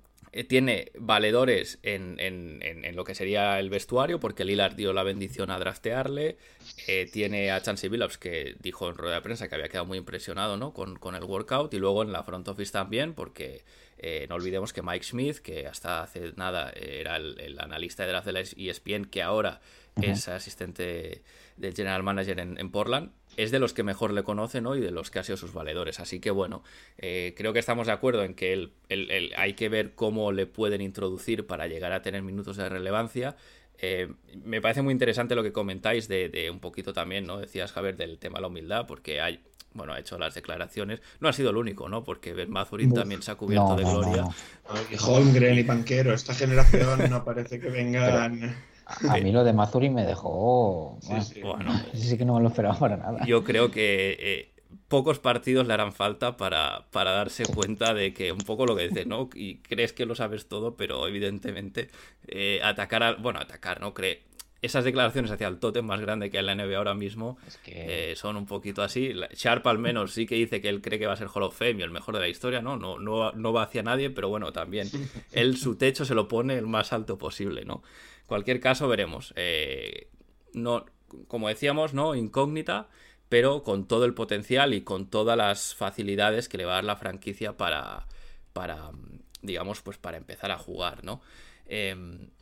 tiene valedores en, en, en, en lo que sería el vestuario, porque Lillard dio la bendición a draftearle. Eh, tiene a Chauncey Billups, que dijo en rueda de prensa que había quedado muy impresionado, ¿no? con, con el workout, y luego en la front office también, porque eh, no olvidemos que Mike Smith, que hasta hace nada era el, el analista de draft de la E S P N, que ahora uh-huh. es asistente del general manager en, en Portland, es de los que mejor le conoce, ¿no? Y de los que ha sido sus valedores. Así que bueno, eh, creo que estamos de acuerdo en que el, el, el, hay que ver cómo le pueden introducir para llegar a tener minutos de relevancia. Eh, me parece muy interesante lo que comentáis de, de un poquito también, ¿no? Decías, Javier, del tema de la humildad, porque hay, bueno, ha hecho las declaraciones. No ha sido el único, ¿no? Porque Ben Mathurin también se ha cubierto no, de no, gloria. no, no. Y Holmgren y Banquero, esta generación no parece que vengan... Pero... A mí lo de Mathurin me dejó... Sí, sí. Bueno, sí que no me lo esperaba para nada. Yo creo que eh, pocos partidos le harán falta para, para darse cuenta de que un poco lo que dices, ¿no? Y crees que lo sabes todo, pero evidentemente eh, atacar a... Bueno, atacar, ¿no? Cree... Esas declaraciones hacia el tótem más grande que hay en la N B A ahora mismo es que... eh, son un poquito así. Sharp al menos sí que dice que él cree que va a ser Hall of Fame y el mejor de la historia, ¿no? No, no, no va hacia nadie, pero bueno, también él su techo se lo pone el más alto posible, ¿no? Cualquier caso veremos. Eh, no, como decíamos, ¿no? Incógnita, pero con todo el potencial y con todas las facilidades que le va a dar la franquicia para, para digamos, pues para empezar a jugar, ¿no? Eh,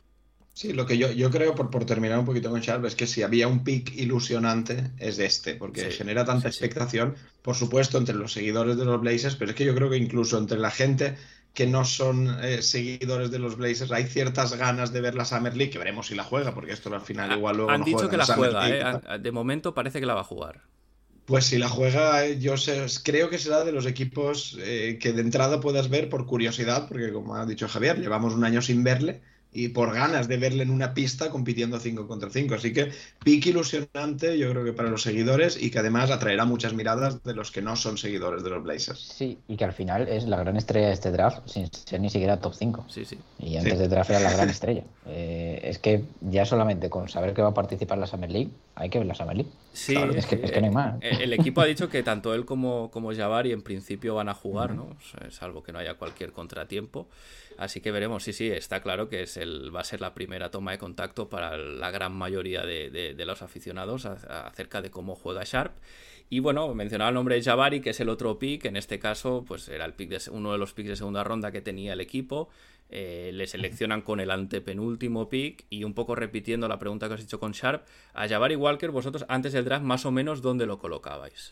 Sí, lo que yo, yo creo, por, por terminar un poquito con Sharp, es que si había un pick ilusionante es este, porque sí, genera tanta sí, expectación, sí. Por supuesto, entre los seguidores de los Blazers, pero es que yo creo que incluso entre la gente que no son eh, seguidores de los Blazers hay ciertas ganas de ver la Summer League, que veremos si la juega, porque esto al final igual luego Han no dicho juega que la Summer juega, League, eh. De momento parece que la va a jugar. Pues si la juega, yo sé, creo que será de los equipos eh, que de entrada puedas ver por curiosidad, porque como ha dicho Javier, llevamos un año sin verle, y por ganas de verle en una pista compitiendo cinco contra cinco. Así que pick ilusionante, yo creo que para los seguidores, y que además atraerá muchas miradas de los que no son seguidores de los Blazers. Sí, y que al final es la gran estrella de este draft, sin ser ni siquiera top cinco. Sí, sí. Y antes Sí. de draft era la gran estrella. Eh, es que ya solamente con saber que va a participar en la Summer League, hay que ver la Summer League. Sí, Claro, es, que, es que no hay más. eh, el equipo ha dicho que tanto él como, como Jabari en principio van a jugar, ¿no? O sea, salvo que no haya cualquier contratiempo. Así que veremos, sí, sí, está claro que es el, va a ser la primera toma de contacto para la gran mayoría de, de, de los aficionados a, a, acerca de cómo juega Sharp. Y bueno, mencionaba el nombre de Jabari, que es el otro pick, en este caso pues era el pick de, uno de los picks de segunda ronda que tenía el equipo. Eh, le seleccionan con el antepenúltimo pick, y un poco repitiendo la pregunta que os he hecho con Sharp, a Jabari Walker, vosotros antes del draft más o menos ¿dónde lo colocabais?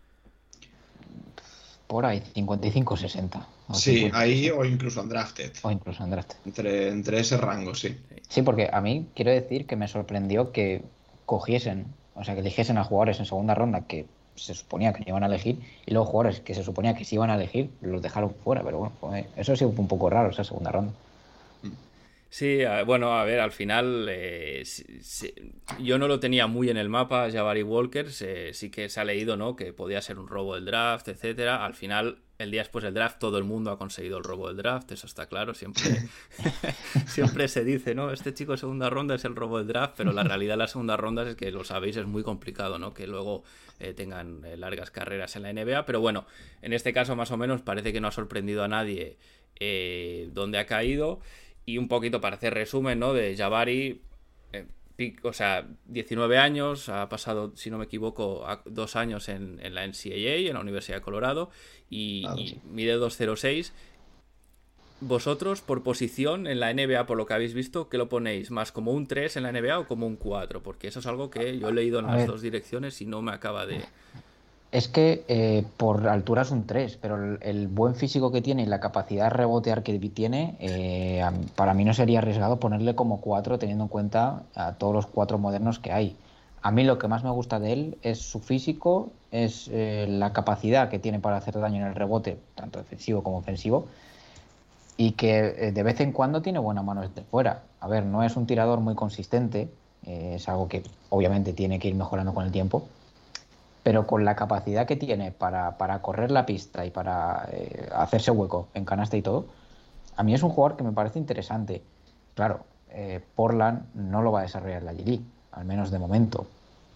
Por ahí, cincuenta y cinco sesenta. Sí, ahí o incluso undrafted. O incluso undrafted. Entre, entre ese rango, sí. Sí, porque a mí quiero decir que me sorprendió que cogiesen, o sea, que eligiesen a jugadores en segunda ronda que se suponía que no iban a elegir, y luego jugadores que se suponía que sí iban a elegir los dejaron fuera. Pero bueno, pues, eso sí fue un poco raro, esa segunda ronda. Sí, bueno, a ver, al final eh, sí, sí, yo no lo tenía muy en el mapa, Jabari Walker, sí, sí que se ha leído, ¿no?, que podía ser un robo del draft, etcétera. Al final, el día después del draft, todo el mundo ha conseguido el robo del draft, eso está claro, siempre, siempre se dice, ¿no?, este chico de segunda ronda es el robo del draft, pero la realidad de las segundas rondas es que, lo sabéis, es muy complicado, ¿no?, que luego eh, tengan eh, largas carreras en la N B A, pero bueno, en este caso más o menos parece que no ha sorprendido a nadie eh, dónde ha caído. Y un poquito para hacer resumen, ¿no?, de Jabari, eh, pic, o sea, diecinueve años, ha pasado, si no me equivoco, a, dos años en, en la N C A A, en la Universidad de Colorado, y, Ah, y sí. mide dos cero seis. Vosotros, por posición en la N B A, por lo que habéis visto, ¿qué lo ponéis? ¿Más como un tres en la N B A o como un cuatro? Porque eso es algo que yo he leído en A las ver. dos direcciones y no me acaba de... Es que eh, por altura es un tres, pero el, el buen físico que tiene y la capacidad de rebotear que tiene, eh, a- para mí no sería arriesgado ponerle como cuatro, teniendo en cuenta a todos los cuatro modernos que hay. A mí lo que más me gusta de él es su físico, es eh, la capacidad que tiene para hacer daño en el rebote, tanto defensivo como ofensivo, y que eh, de vez en cuando tiene buena mano desde fuera. A ver, no es un tirador muy consistente, eh, es algo que obviamente tiene que ir mejorando con el tiempo, pero con la capacidad que tiene para, para correr la pista y para eh, hacerse hueco en canasta y todo, a mí es un jugador que me parece interesante. Claro, eh, Portland no lo va a desarrollar en la G League, al menos de momento.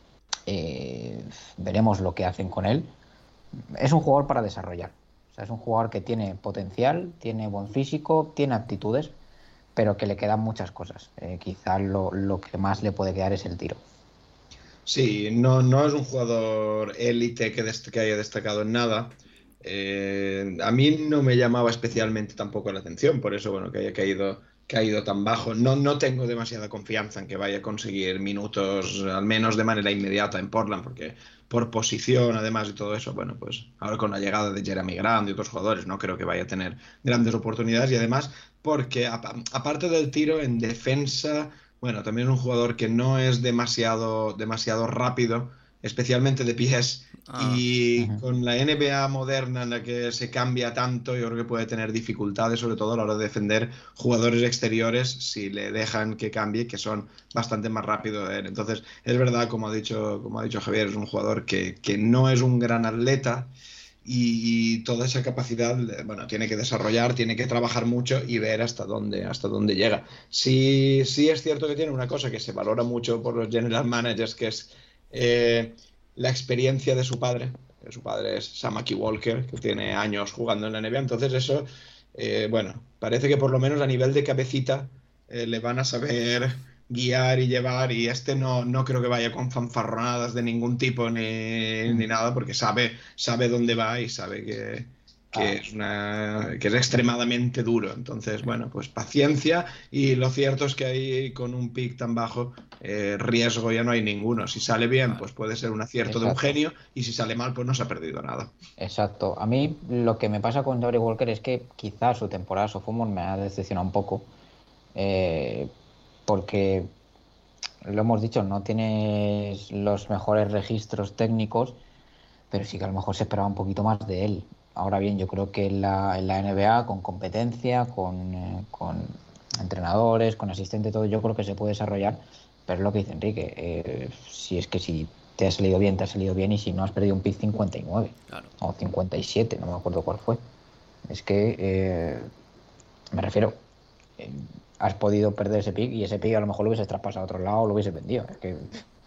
Eh, veremos lo que hacen con él. Es un jugador para desarrollar. O sea, es un jugador que tiene potencial, tiene buen físico, tiene aptitudes, pero que le quedan muchas cosas. Eh, quizá lo, lo que más le puede quedar es el tiro. Sí, no, no es un jugador élite que, dest- que haya destacado en nada. Eh, a mí no me llamaba especialmente tampoco la atención, por eso, bueno, que haya caído, que ha ido tan bajo. No, no tengo demasiada confianza en que vaya a conseguir minutos, al menos de manera inmediata en Portland, porque por posición, además, y todo eso, bueno, pues ahora con la llegada de Jeremy Grant y otros jugadores, no creo que vaya a tener grandes oportunidades, y además, porque apa- aparte del tiro en defensa, bueno, también es un jugador que no es demasiado, demasiado rápido, especialmente de pies, Ah, y Ujú. con la N B A moderna en la que se cambia tanto, yo creo que puede tener dificultades, sobre todo a la hora de defender jugadores exteriores, si le dejan que cambie, que son bastante más rápidos de él. Entonces, es verdad, como ha dicho, como ha dicho Javier, es un jugador que, que no es un gran atleta, y toda esa capacidad, bueno, tiene que desarrollar, tiene que trabajar mucho y ver hasta dónde, hasta dónde llega. Sí, sí es cierto que tiene una cosa que se valora mucho por los general managers, que es eh, la experiencia de su padre. Su padre es Samaki Walker, que tiene años jugando en la N B A, entonces eso, eh, bueno, parece que por lo menos a nivel de cabecita eh, le van a saber guiar y llevar, y este no, no creo que vaya con fanfarronadas de ningún tipo ni, ni nada, porque sabe, sabe dónde va y sabe que, que, Ah. es una, que es extremadamente duro. Entonces, bueno, pues paciencia, y lo cierto es que ahí con un pick tan bajo, eh, riesgo ya no hay ninguno. Si sale bien, pues puede ser un acierto de un Exacto. genio, y si sale mal, pues no se ha perdido nada. Exacto. A mí lo que me pasa con Jabari Walker es que quizás su temporada sophomore me ha decepcionado un poco. Eh, porque, lo hemos dicho, no tiene los mejores registros técnicos, pero sí que a lo mejor se esperaba un poquito más de él. Ahora bien, yo creo que en la, en la N B A, con competencia, con, eh, con entrenadores, con asistente, todo, yo creo que se puede desarrollar, pero es lo que dice Enrique, eh, si es que si te ha salido bien, te ha salido bien, y si no has perdido un pick cincuenta y nueve, claro, o cincuenta y siete, no me acuerdo cuál fue. Es que, eh, me refiero, eh, has podido perder ese pick y ese pick a lo mejor lo hubieses traspasado a otro lado o lo hubieses vendido. Es que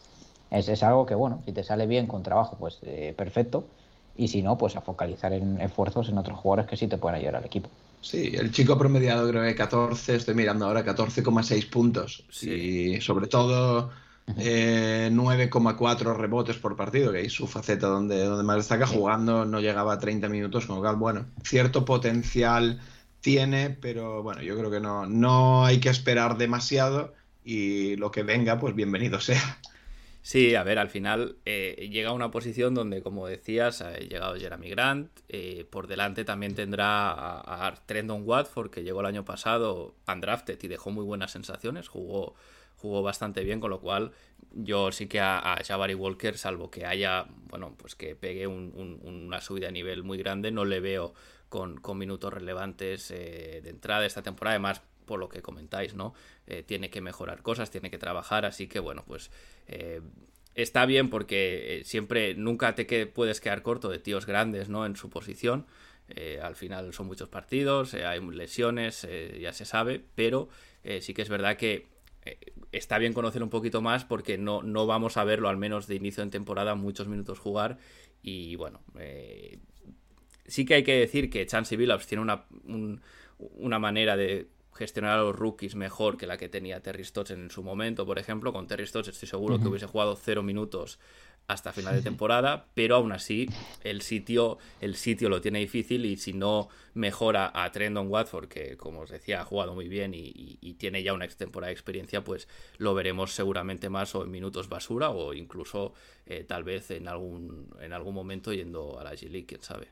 es, es algo que, bueno, si te sale bien con trabajo, pues eh, perfecto, y si no, pues a focalizar en esfuerzos en otros jugadores que sí te pueden ayudar al equipo. Sí, el chico promediado creo que catorce, estoy mirando ahora, catorce coma seis puntos. Sí. Y sobre todo eh, nueve coma cuatro rebotes por partido, que es su faceta donde, donde más destaca. Sí. Jugando no llegaba a treinta minutos, con lo cual, bueno, cierto potencial tiene, pero bueno, yo creo que no, no hay que esperar demasiado, y lo que venga, pues bienvenido sea. Sí, a ver, al final eh, llega a una posición donde, como decías, ha llegado Jeremy Grant, eh, por delante también tendrá a, a Trendon Watford, que llegó el año pasado undrafted y dejó muy buenas sensaciones, jugó, jugó bastante bien, con lo cual yo sí que a, a Jabari Walker, salvo que haya, bueno, pues que pegue un, un, una subida de nivel muy grande, no le veo con, con minutos relevantes eh, de entrada esta temporada. Además, por lo que comentáis, ¿no? Eh, tiene que mejorar cosas, tiene que trabajar, así que bueno, pues eh, está bien, porque eh, siempre, nunca te que, puedes quedar corto de tíos grandes, ¿no? En su posición, eh, al final son muchos partidos, eh, hay lesiones, eh, ya se sabe, pero eh, sí que es verdad que eh, está bien conocer un poquito más, porque no, no vamos a verlo, al menos de inicio en temporada, muchos minutos jugar, y bueno, eh, sí que hay que decir que Chauncey Billups tiene una, un, una manera de gestionar a los rookies mejor que la que tenía Terry Stotts en su momento. Por ejemplo, con Terry Stotts estoy seguro uh-huh. que hubiese jugado cero minutos hasta final de temporada, pero aún así el sitio, el sitio lo tiene difícil, y si no mejora a Trendon Watford, que como os decía ha jugado muy bien y, y, y tiene ya una temporada de experiencia, pues lo veremos seguramente más o en minutos basura, o incluso eh, tal vez en algún, en algún momento yendo a la G-League, quién sabe.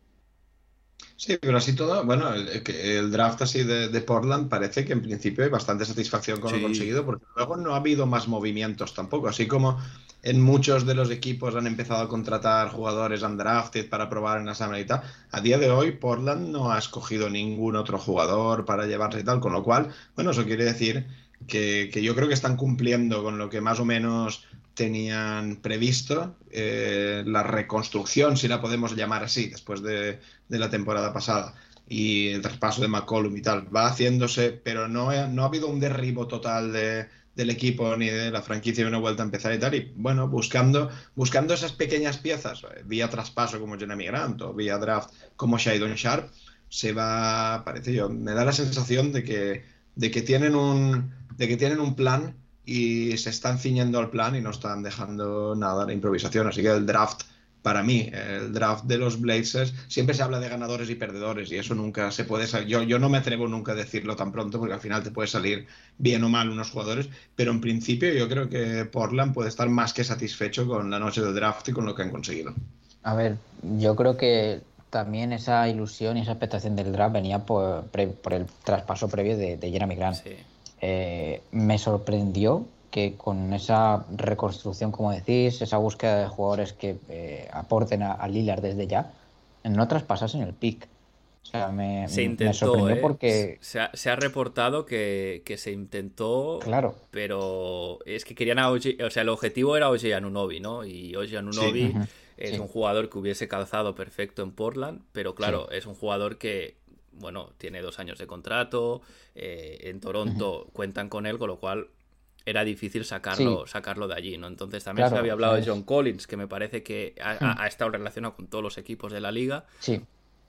Sí, pero así todo, bueno, el, el draft así de, de Portland parece que en principio hay bastante satisfacción con sí. lo conseguido, porque luego no ha habido más movimientos tampoco, así como en muchos de los equipos han empezado a contratar jugadores undrafted para probar en la Summer y tal. A día de hoy Portland no ha escogido ningún otro jugador para llevarse y tal, con lo cual, bueno, eso quiere decir que, que yo creo que están cumpliendo con lo que más o menos tenían previsto, eh, la reconstrucción, si la podemos llamar así, después de, de la temporada pasada, y el traspaso de McCollum y tal, va haciéndose, pero no, he, no ha habido un derribo total de, del equipo ni de la franquicia y una vuelta a empezar y tal, y bueno, buscando, buscando esas pequeñas piezas, vía traspaso como Jeremy Grant o vía draft como Shadon Sharp, se va, parece yo, me da la sensación de que, de que tienen un, de que tienen un plan, y se están ciñendo al plan y no están dejando nada a la improvisación. Así que el draft, para mí, el draft de los Blazers, siempre se habla de ganadores y perdedores, y eso nunca se puede saber. Yo, yo no me atrevo nunca a decirlo tan pronto, porque al final te puede salir bien o mal unos jugadores, pero en principio yo creo que Portland puede estar más que satisfecho con la noche del draft y con lo que han conseguido. A ver, yo creo que también esa ilusión y esa expectación del draft venía por, por el traspaso previo de, de Jeremy Grant. Sí. Eh, me sorprendió que con esa reconstrucción, como decís, esa búsqueda de jugadores que eh, aporten a, a Lillard desde ya, no traspasasen el pick. O sea, me, se intentó, me sorprendió ¿eh? porque... Se ha, se ha reportado que, que se intentó, claro, pero es que querían a O G, o sea, el objetivo era O G Anunoby, ¿no? Y O G Anunoby sí. uh-huh. es sí. un jugador que hubiese calzado perfecto en Portland, pero claro, sí. es un jugador que bueno, tiene dos años de contrato, eh, en Toronto uh-huh. cuentan con él, con lo cual era difícil sacarlo, sí. sacarlo de allí, ¿no? Entonces también claro, se había hablado ¿sabes? de John Collins, que me parece que ha, uh-huh. ha, ha estado relacionado con todos los equipos de la liga. Sí.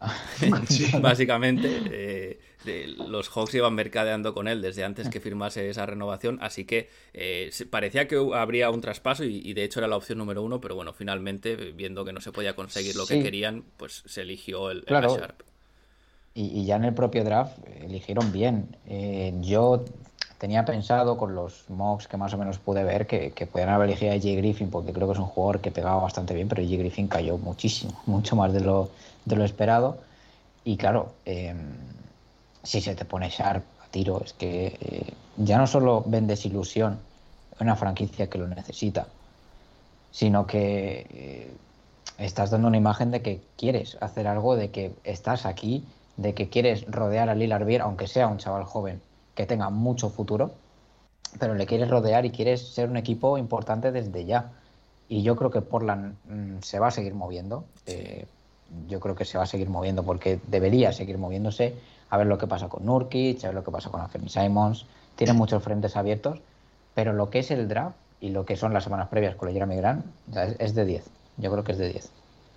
Básicamente, eh, de, los Hawks iban mercadeando con él desde antes que firmase esa renovación, así que eh, parecía que habría un traspaso y, y de hecho era la opción número uno, pero bueno, finalmente, viendo que no se podía conseguir lo sí. que querían, pues se eligió el, claro. el Sharp. Y, y ya en el propio draft eligieron bien. Eh, yo tenía pensado, con los mocks que más o menos pude ver, que, que podían haber elegido a J. Griffin, porque creo que es un jugador que pegaba bastante bien, pero J. Griffin cayó muchísimo, mucho más de lo, de lo esperado. Y claro, eh, si se te pone Sharp a tiro, es que eh, ya no solo vendes ilusión en una franquicia que lo necesita, sino que eh, estás dando una imagen de que quieres hacer algo, de que estás aquí, de que quieres rodear a Lillard bien, aunque sea un chaval joven, que tenga mucho futuro, pero le quieres rodear y quieres ser un equipo importante desde ya. Y yo creo que Portland mmm, se va a seguir moviendo. Eh, yo creo que se va a seguir moviendo porque debería seguir moviéndose. A ver lo que pasa con Nurkic, a ver lo que pasa con Anthony Simons. Tiene muchos frentes abiertos, pero lo que es el draft y lo que son las semanas previas con Jerami Grant es, es de diez. Yo creo que es de diez.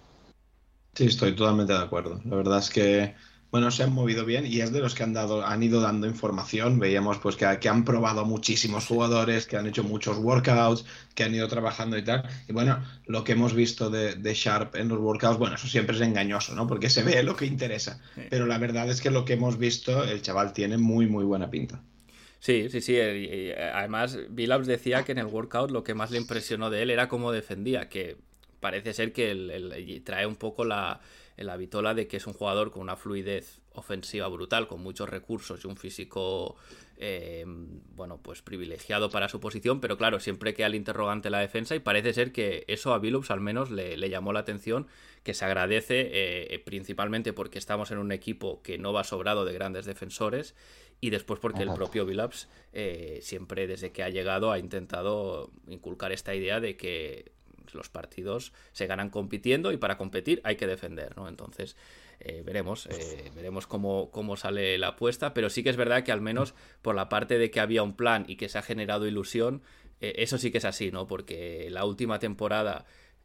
Sí, estoy totalmente de acuerdo. La verdad es que, bueno, se han movido bien y es de los que han dado, han ido dando información. Veíamos pues que, que han probado muchísimos jugadores, que han hecho muchos workouts, que han ido trabajando y tal. Y bueno, lo que hemos visto de, de Sharp en los workouts, bueno, eso siempre es engañoso, ¿no? Porque se ve lo que interesa. Pero la verdad es que lo que hemos visto, el chaval tiene muy, muy buena pinta. Sí, sí, sí. Y además, Billups decía que en el workout lo que más le impresionó de él era cómo defendía, que parece ser que el, el, trae un poco la, la vitola de que es un jugador con una fluidez ofensiva brutal, con muchos recursos y un físico eh, bueno, pues privilegiado para su posición, pero claro, siempre queda el interrogante la defensa y parece ser que eso a Billups al menos le, le llamó la atención, que se agradece eh, principalmente porque estamos en un equipo que no va sobrado de grandes defensores y después porque el propio Billups eh, siempre desde que ha llegado ha intentado inculcar esta idea de que los partidos se ganan compitiendo y para competir hay que defender, ¿no? Entonces eh, veremos eh, veremos cómo, cómo sale la apuesta, pero sí que es verdad que al menos por la parte de que había un plan y que se ha generado ilusión, eh, eso sí que es así, ¿no? Porque la última temporada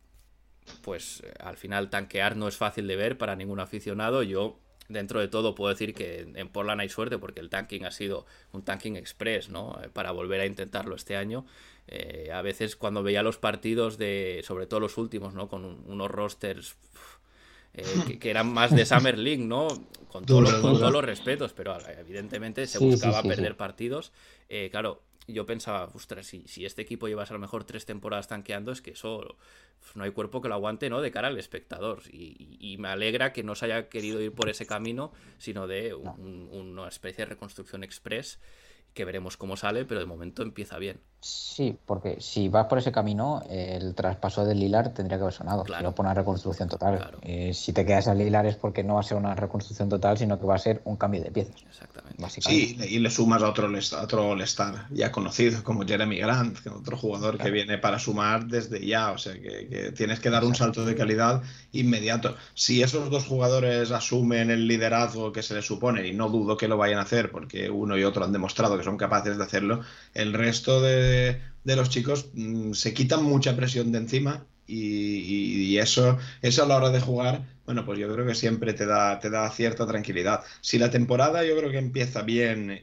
pues al final tanquear no es fácil de ver para ningún aficionado. Yo dentro de todo puedo decir que en Portland hay suerte porque el tanking ha sido un tanking express, ¿no? Para volver a intentarlo este año. Eh, a veces cuando veía los partidos de, sobre todo los últimos, ¿no? Con un, unos rosters eh, que, que eran más de Summer League, ¿no? Con, todo lo, con todos los respetos, pero evidentemente se sí, buscaba sí, sí, perder sí. partidos. Eh, claro, yo pensaba, ostras, si, si este equipo llevas a lo mejor tres temporadas tanqueando, es que eso no hay cuerpo que lo aguante, ¿no? De cara al espectador. Y, y, y me alegra que no se haya querido ir por ese camino, sino de un, una especie de reconstrucción express, que veremos cómo sale, pero de momento empieza bien. Sí, porque si vas por ese camino, el traspaso de Lillard tendría que haber sonado. Claro. Si no por una reconstrucción total. Claro. Eh, si te quedas a Lillard es porque no va a ser una reconstrucción total, sino que va a ser un cambio de piezas. Exactamente. Sí, y le sumas a otro, a otro All-Star ya conocido, como Jerami Grant, otro jugador claro. que viene para sumar desde ya. O sea, que, que tienes que dar Exacto. un salto de calidad inmediato. Si esos dos jugadores asumen el liderazgo que se les supone, y no dudo que lo vayan a hacer, porque uno y otro han demostrado que son capaces de hacerlo, el resto de de los chicos mmm, se quitan mucha presión de encima y, y, y eso, eso a la hora de jugar, bueno, pues yo creo que siempre te da, te da cierta tranquilidad. Si la temporada yo creo que empieza bien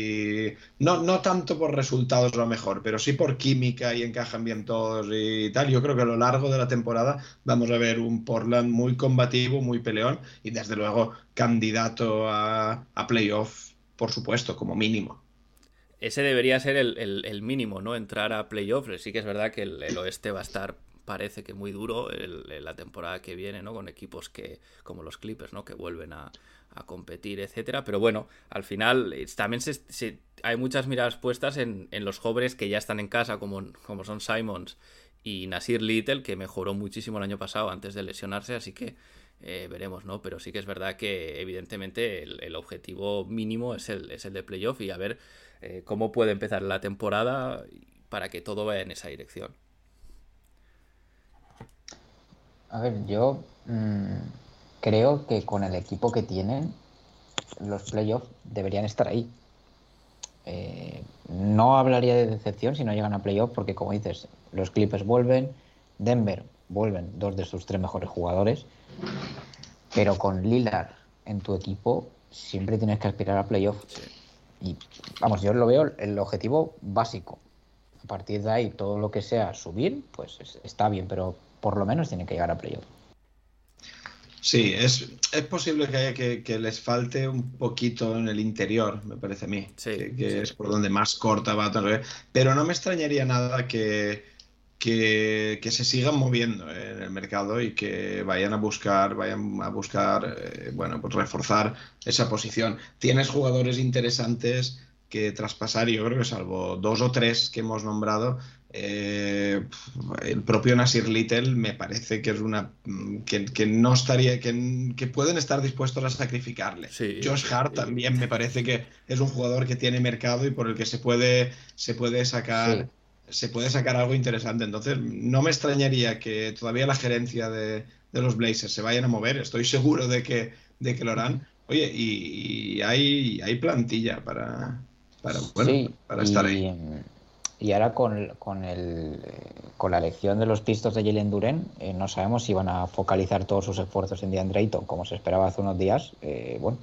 y no, no tanto por resultados a lo mejor, pero sí por química y encajan bien todos y tal, yo creo que a lo largo de la temporada vamos a ver un Portland muy combativo, muy peleón y desde luego candidato a, a playoff, por supuesto, como mínimo. Ese debería ser el, el, el mínimo, ¿no? Entrar a playoffs. Sí que es verdad que el, el oeste va a estar, parece que muy duro el, el, la temporada que viene, ¿no? Con equipos que como los Clippers, ¿no? Que vuelven a, a competir, etcétera. Pero bueno, al final también se, se, hay muchas miradas puestas en, en los jóvenes que ya están en casa, como, como son Simons y Nasir Little, que mejoró muchísimo el año pasado antes de lesionarse, así que eh, veremos, ¿no? Pero sí que es verdad que evidentemente el, el objetivo mínimo es el, es el de playoff y a ver Eh, cómo puede empezar la temporada para que todo vaya en esa dirección. A ver, yo mmm, creo que con el equipo que tienen los playoffs deberían estar ahí. Eh, no hablaría de decepción si no llegan a playoffs porque, como dices, los Clippers vuelven, Denver vuelven dos de sus tres mejores jugadores, pero con Lillard en tu equipo siempre tienes que aspirar a playoffs. Sí. Y vamos, yo lo veo el objetivo básico. A partir de ahí, todo lo que sea subir, pues está bien, pero por lo menos tienen que llegar a playoff. Sí, es, es posible que, haya, que, que les falte un poquito en el interior, me parece a mí, sí, que, que sí. es por donde más corta va, pero no me extrañaría nada que, que, que se sigan moviendo en el mercado y que vayan a buscar, vayan a buscar, eh, bueno, pues reforzar esa posición. Tienes jugadores interesantes que traspasar y yo creo que salvo dos o tres que hemos nombrado, Eh, el propio Nasir Little me parece que es una que, que no estaría que, que pueden estar dispuestos a sacrificarle. Sí, Josh sí, Hart sí. también me parece que es un jugador que tiene mercado y por el que se puede se puede sacar Sí. se puede sacar algo interesante. Entonces no me extrañaría que todavía la gerencia de, de los Blazers se vayan a mover. Estoy seguro de que de que lo harán. Oye, y, y hay hay plantilla para para bueno Sí, para estar ahí. y, y ahora con, con, el, con la elección de los Pistons de Jalen Duren, eh, no sabemos si van a focalizar todos sus esfuerzos en DeAndre Ayton, como se esperaba hace unos días. Eh, bueno,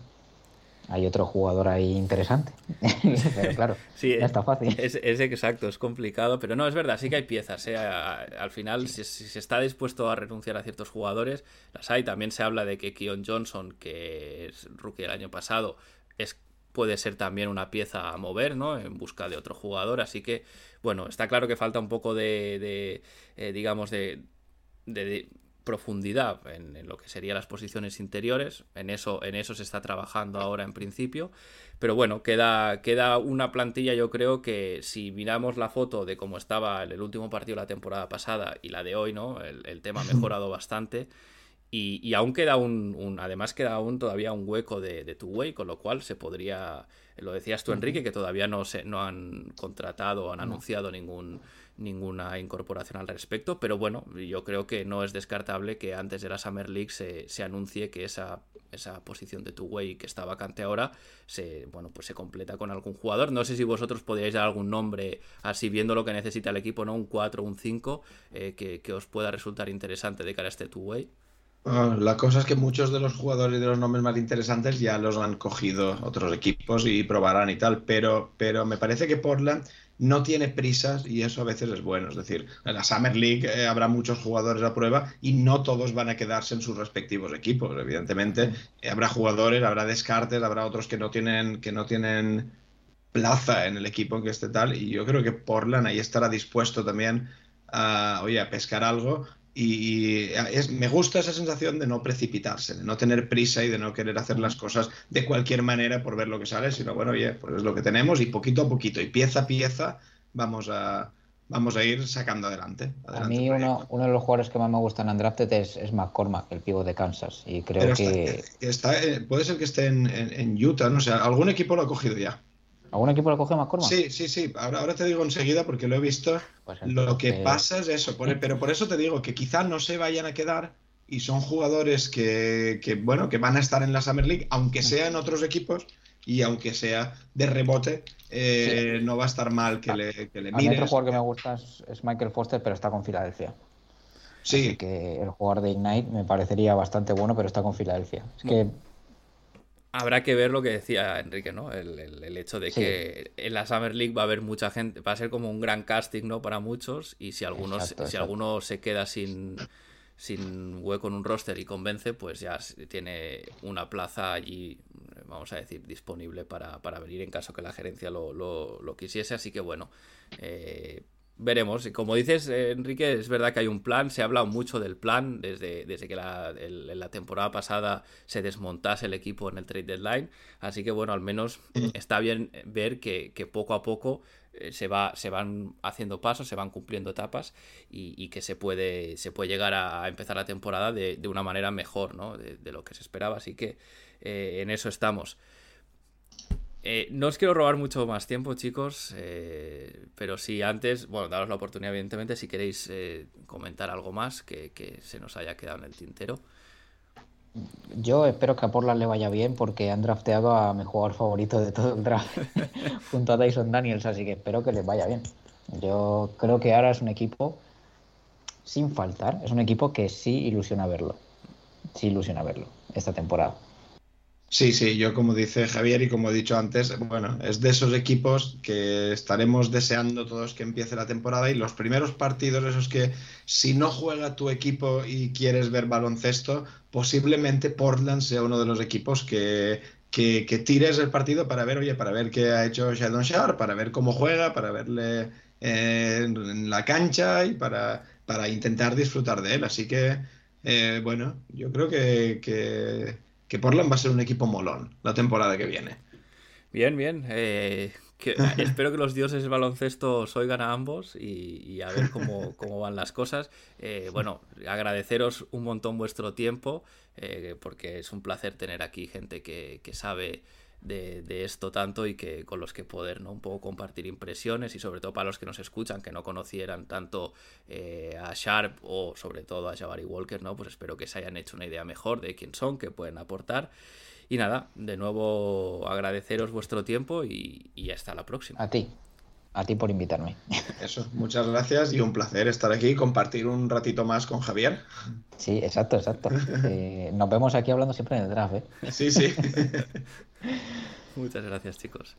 hay otro jugador ahí interesante, pero claro, Sí, no está fácil. es, es exacto, es complicado, pero no, es verdad, sí que hay piezas. ¿eh? A- a- Al final, si, si se está dispuesto a renunciar a ciertos jugadores, las hay. También se habla de que Keon Johnson, que es rookie del año pasado, es puede ser también una pieza a mover, ¿no? En busca de otro jugador. Así que, bueno, está claro que falta un poco de, de eh, digamos, de, de, de profundidad en, en lo que serían las posiciones interiores. En eso, en eso se está trabajando ahora en principio. Pero bueno, queda, queda una plantilla, yo creo que si miramos la foto de cómo estaba en el último partido de la temporada pasada y la de hoy, ¿no? El, el tema ha mejorado bastante. Y, y aún queda un, un, además queda aún todavía un hueco de, de two-way, con lo cual se podría, lo decías tú, Enrique, que todavía no se no han contratado o han anunciado ningún, ninguna incorporación al respecto, pero bueno, yo creo que no es descartable que antes de la Summer League se, se anuncie que esa, esa posición de two-way que está vacante ahora se, bueno, pues se completa con algún jugador. No sé si vosotros podríais dar algún nombre así viendo lo que necesita el equipo, ¿no? Un cuatro, un cinco, eh, que, que os pueda resultar interesante de cara a este two-way. Ah, la cosa es que muchos de los jugadores de los nombres más interesantes ya los han cogido otros equipos y probarán y tal, pero, pero me parece que Portland no tiene prisas y eso a veces es bueno. Es decir, en la Summer League eh, habrá muchos jugadores a prueba y no todos van a quedarse en sus respectivos equipos. Evidentemente, eh, habrá jugadores, habrá descartes, habrá otros que no tienen, que no tienen plaza en el equipo en que esté tal, y yo creo que Portland ahí estará dispuesto también a, oye, a pescar algo. Y es, me gusta esa sensación de no precipitarse, de no tener prisa y de no querer hacer las cosas de cualquier manera por ver lo que sale, sino bueno, oye, pues es lo que tenemos y poquito a poquito y pieza a pieza vamos a, vamos a ir sacando adelante. adelante A mí uno, uno de los jugadores que más me gustan en Undrafted es, es McCormack, el pívot de Kansas, y creo Pero que... está, está, puede ser que esté en, en, en Utah, no sé, algún equipo lo ha cogido ya. ¿Algún equipo lo coge McCormack? Sí, sí, sí. Ahora, ahora te digo enseguida porque lo he visto. Pues Lo que entonces- pasa es eso. Por- pero por eso te digo que quizá no se vayan a quedar y son jugadores que, que, bueno, que van a estar en la Summer League, aunque sea en otros equipos y aunque sea de rebote, eh, no va a estar mal que le, que le A mí otro mires. jugador que me gusta es, es Michael Foster, pero está con Filadelfia. Sí, Así que el jugador de Ignite me parecería bastante bueno, pero está con Filadelfia. Es que Habrá que ver lo que decía Enrique, ¿no? El, el, el hecho de Sí. que en la Summer League va a haber mucha gente, va a ser como un gran casting, ¿no? Para muchos, y si algunos, Exacto, si exacto. alguno se queda sin, sin hueco en un roster y convence, pues ya tiene una plaza allí, vamos a decir, disponible para, para venir en caso que la gerencia lo, lo, lo quisiese. Así que bueno, eh, veremos. Y como dices, eh, Enrique, es verdad que hay un plan. Se ha hablado mucho del plan desde, desde que la, el, en la temporada pasada se desmontase el equipo en el trade deadline. Así que bueno, al menos está bien ver que, que poco a poco eh, se, va, se van haciendo pasos, se van cumpliendo etapas y, y que se puede, se puede llegar a empezar la temporada de, de una manera mejor, ¿no? de, de lo que se esperaba. Así que eh, en eso estamos. Eh, no os quiero robar mucho más tiempo, chicos, eh, pero sí antes, bueno, daros la oportunidad, evidentemente, si queréis eh, comentar algo más que, que se nos haya quedado en el tintero. yo espero que a Portland le vaya bien porque han drafteado a mi jugador favorito de todo el draft junto a Tyson Daniels, así que espero que les vaya bien. Yo creo que ahora es un equipo sin faltar, es un equipo que sí ilusiona verlo, sí ilusiona verlo esta temporada. sí, sí, yo como dice Javier y como he dicho antes, bueno, es de esos equipos que estaremos deseando todos que empiece la temporada y los primeros partidos, esos que si no juega tu equipo y quieres ver baloncesto, posiblemente Portland sea uno de los equipos que, que, que tires el partido para ver, oye, para ver qué ha hecho Sheldon Sharp, para ver cómo juega, para verle eh, en la cancha y para, para intentar disfrutar de él. Así que, eh, bueno, yo creo que... que que Portland va a ser un equipo molón la temporada que viene. Bien, bien. Eh, Que, espero que los dioses del baloncesto os oigan a ambos y, y a ver cómo, cómo van las cosas. Eh, bueno, agradeceros un montón vuestro tiempo, eh, porque es un placer tener aquí gente que, que sabe de, de esto tanto y que con los que poder, ¿no? Un poco compartir impresiones, y sobre todo para los que nos escuchan, que no conocieran tanto eh, a Sharp o sobre todo a Jabari Walker, ¿no? Pues espero que se hayan hecho una idea mejor de quién son, qué pueden aportar. Y nada, de nuevo agradeceros vuestro tiempo y, y hasta la próxima. A ti, a ti por invitarme. Eso, muchas gracias y un placer estar aquí y compartir un ratito más con Javier. Sí, exacto, exacto. Eh, nos vemos aquí hablando siempre en el draft, ¿eh? Sí, sí. Muchas gracias, chicos.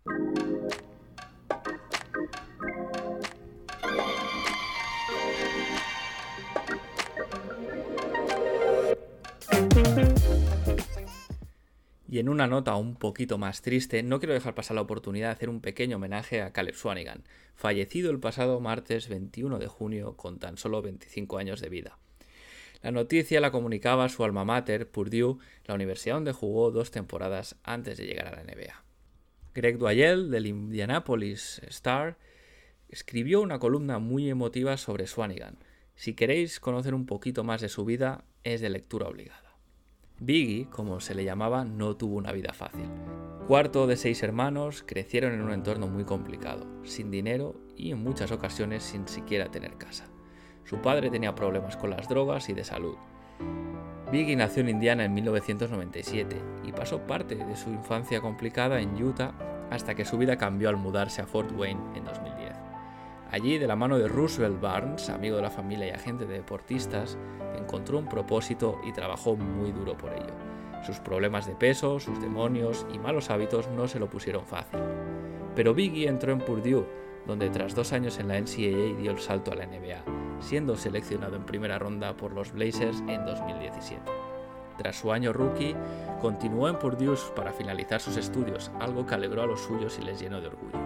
Y en una nota un poquito más triste, no quiero dejar pasar la oportunidad de hacer un pequeño homenaje a Caleb Swanigan, fallecido el pasado martes veintiuno de junio con tan solo veinticinco años de vida. La noticia la comunicaba su alma mater, Purdue, la universidad donde jugó dos temporadas antes de llegar a la N B A. Greg Doyel, del Indianapolis Star, escribió una columna muy emotiva sobre Swanigan. Si queréis conocer un poquito más de su vida, es de lectura obligada. Biggie, como se le llamaba, no tuvo una vida fácil. Cuarto de seis hermanos, crecieron en un entorno muy complicado, sin dinero y en muchas ocasiones sin siquiera tener casa. Su padre tenía problemas con las drogas y de salud. Biggie nació en Indiana en mil novecientos noventa y siete y pasó parte de su infancia complicada en Utah hasta que su vida cambió al mudarse a Fort Wayne en dos mil diez. Allí, de la mano de Roosevelt Barnes, amigo de la familia y agente de deportistas, encontró un propósito y trabajó muy duro por ello. Sus problemas de peso, sus demonios y malos hábitos no se lo pusieron fácil. Pero Biggie entró en Purdue, donde tras dos años en la N C A A dio el salto a la N B A, siendo seleccionado en primera ronda por los Blazers en dos mil diecisiete. Tras su año rookie, continuó en Purdue para finalizar sus estudios, algo que alegró a los suyos y les llenó de orgullo.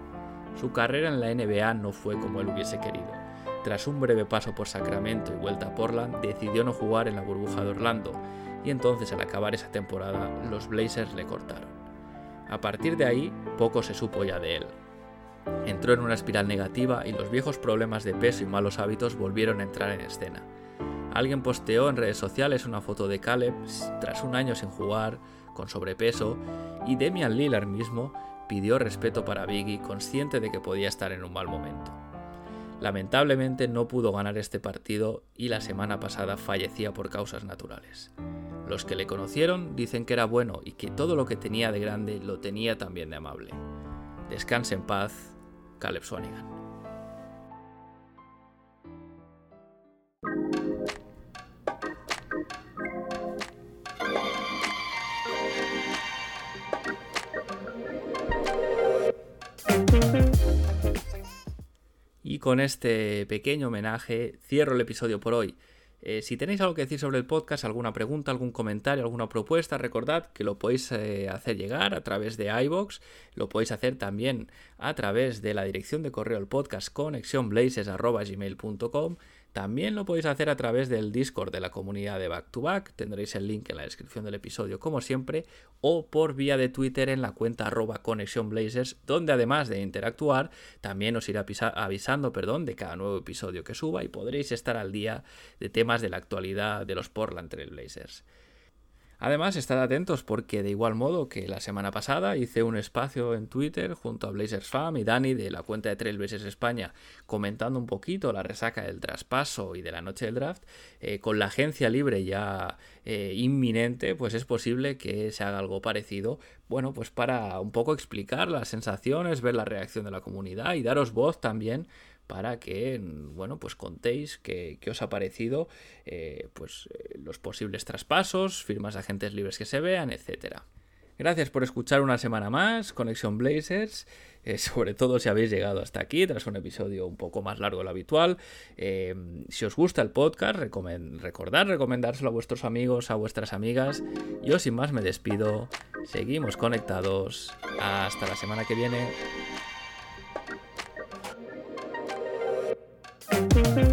Su carrera en la N B A no fue como él hubiese querido. Tras un breve paso por Sacramento y vuelta a Portland, decidió no jugar en la burbuja de Orlando, y entonces al acabar esa temporada, los Blazers le cortaron. A partir de ahí, poco se supo ya de él. Entró en una espiral negativa y los viejos problemas de peso y malos hábitos volvieron a entrar en escena. Alguien posteó en redes sociales una foto de Caleb tras un año sin jugar, con sobrepeso, y Damian Lillard mismo pidió respeto para Biggie, consciente de que podía estar en un mal momento. Lamentablemente no pudo ganar este partido y la semana pasada fallecía por causas naturales. Los que le conocieron dicen que era bueno y que todo lo que tenía de grande lo tenía también de amable. Descanse en paz, Caleb Swanigan. Y con este pequeño homenaje cierro el episodio por hoy. Eh, si tenéis algo que decir sobre el podcast, alguna pregunta, algún comentario, alguna propuesta, recordad que lo podéis eh, hacer llegar a través de iVoox, lo podéis hacer también a través de la dirección de correo del podcast conexión blazers arroba gmail punto com. También lo podéis hacer a través del Discord de la comunidad de Back to Back, tendréis el link en la descripción del episodio como siempre, o por vía de Twitter en la cuenta arroba conexión blazers, donde además de interactuar, también os iré avisando perdón, de cada nuevo episodio que suba y podréis estar al día de temas de la actualidad de los Portland Trail Blazers. Además, estad atentos porque de igual modo que la semana pasada hice un espacio en Twitter junto a Blazers Fam y Dani de la cuenta de Trail Blazers España comentando un poquito la resaca del traspaso y de la noche del draft, eh, con la agencia libre ya eh, inminente, pues es posible que se haga algo parecido, bueno, pues para un poco explicar las sensaciones, ver la reacción de la comunidad y daros voz también para que, bueno, pues contéis qué, qué os ha parecido eh, pues, eh, los posibles traspasos, firmas de agentes libres que se vean, etcétera. Gracias por escuchar una semana más Conexión Blazers, eh, sobre todo si habéis llegado hasta aquí, tras un episodio un poco más largo de lo habitual. Eh, si os gusta el podcast, recomend- recordad recomendárselo a vuestros amigos, a vuestras amigas. Yo sin más me despido, seguimos conectados, hasta la semana que viene. Thank you.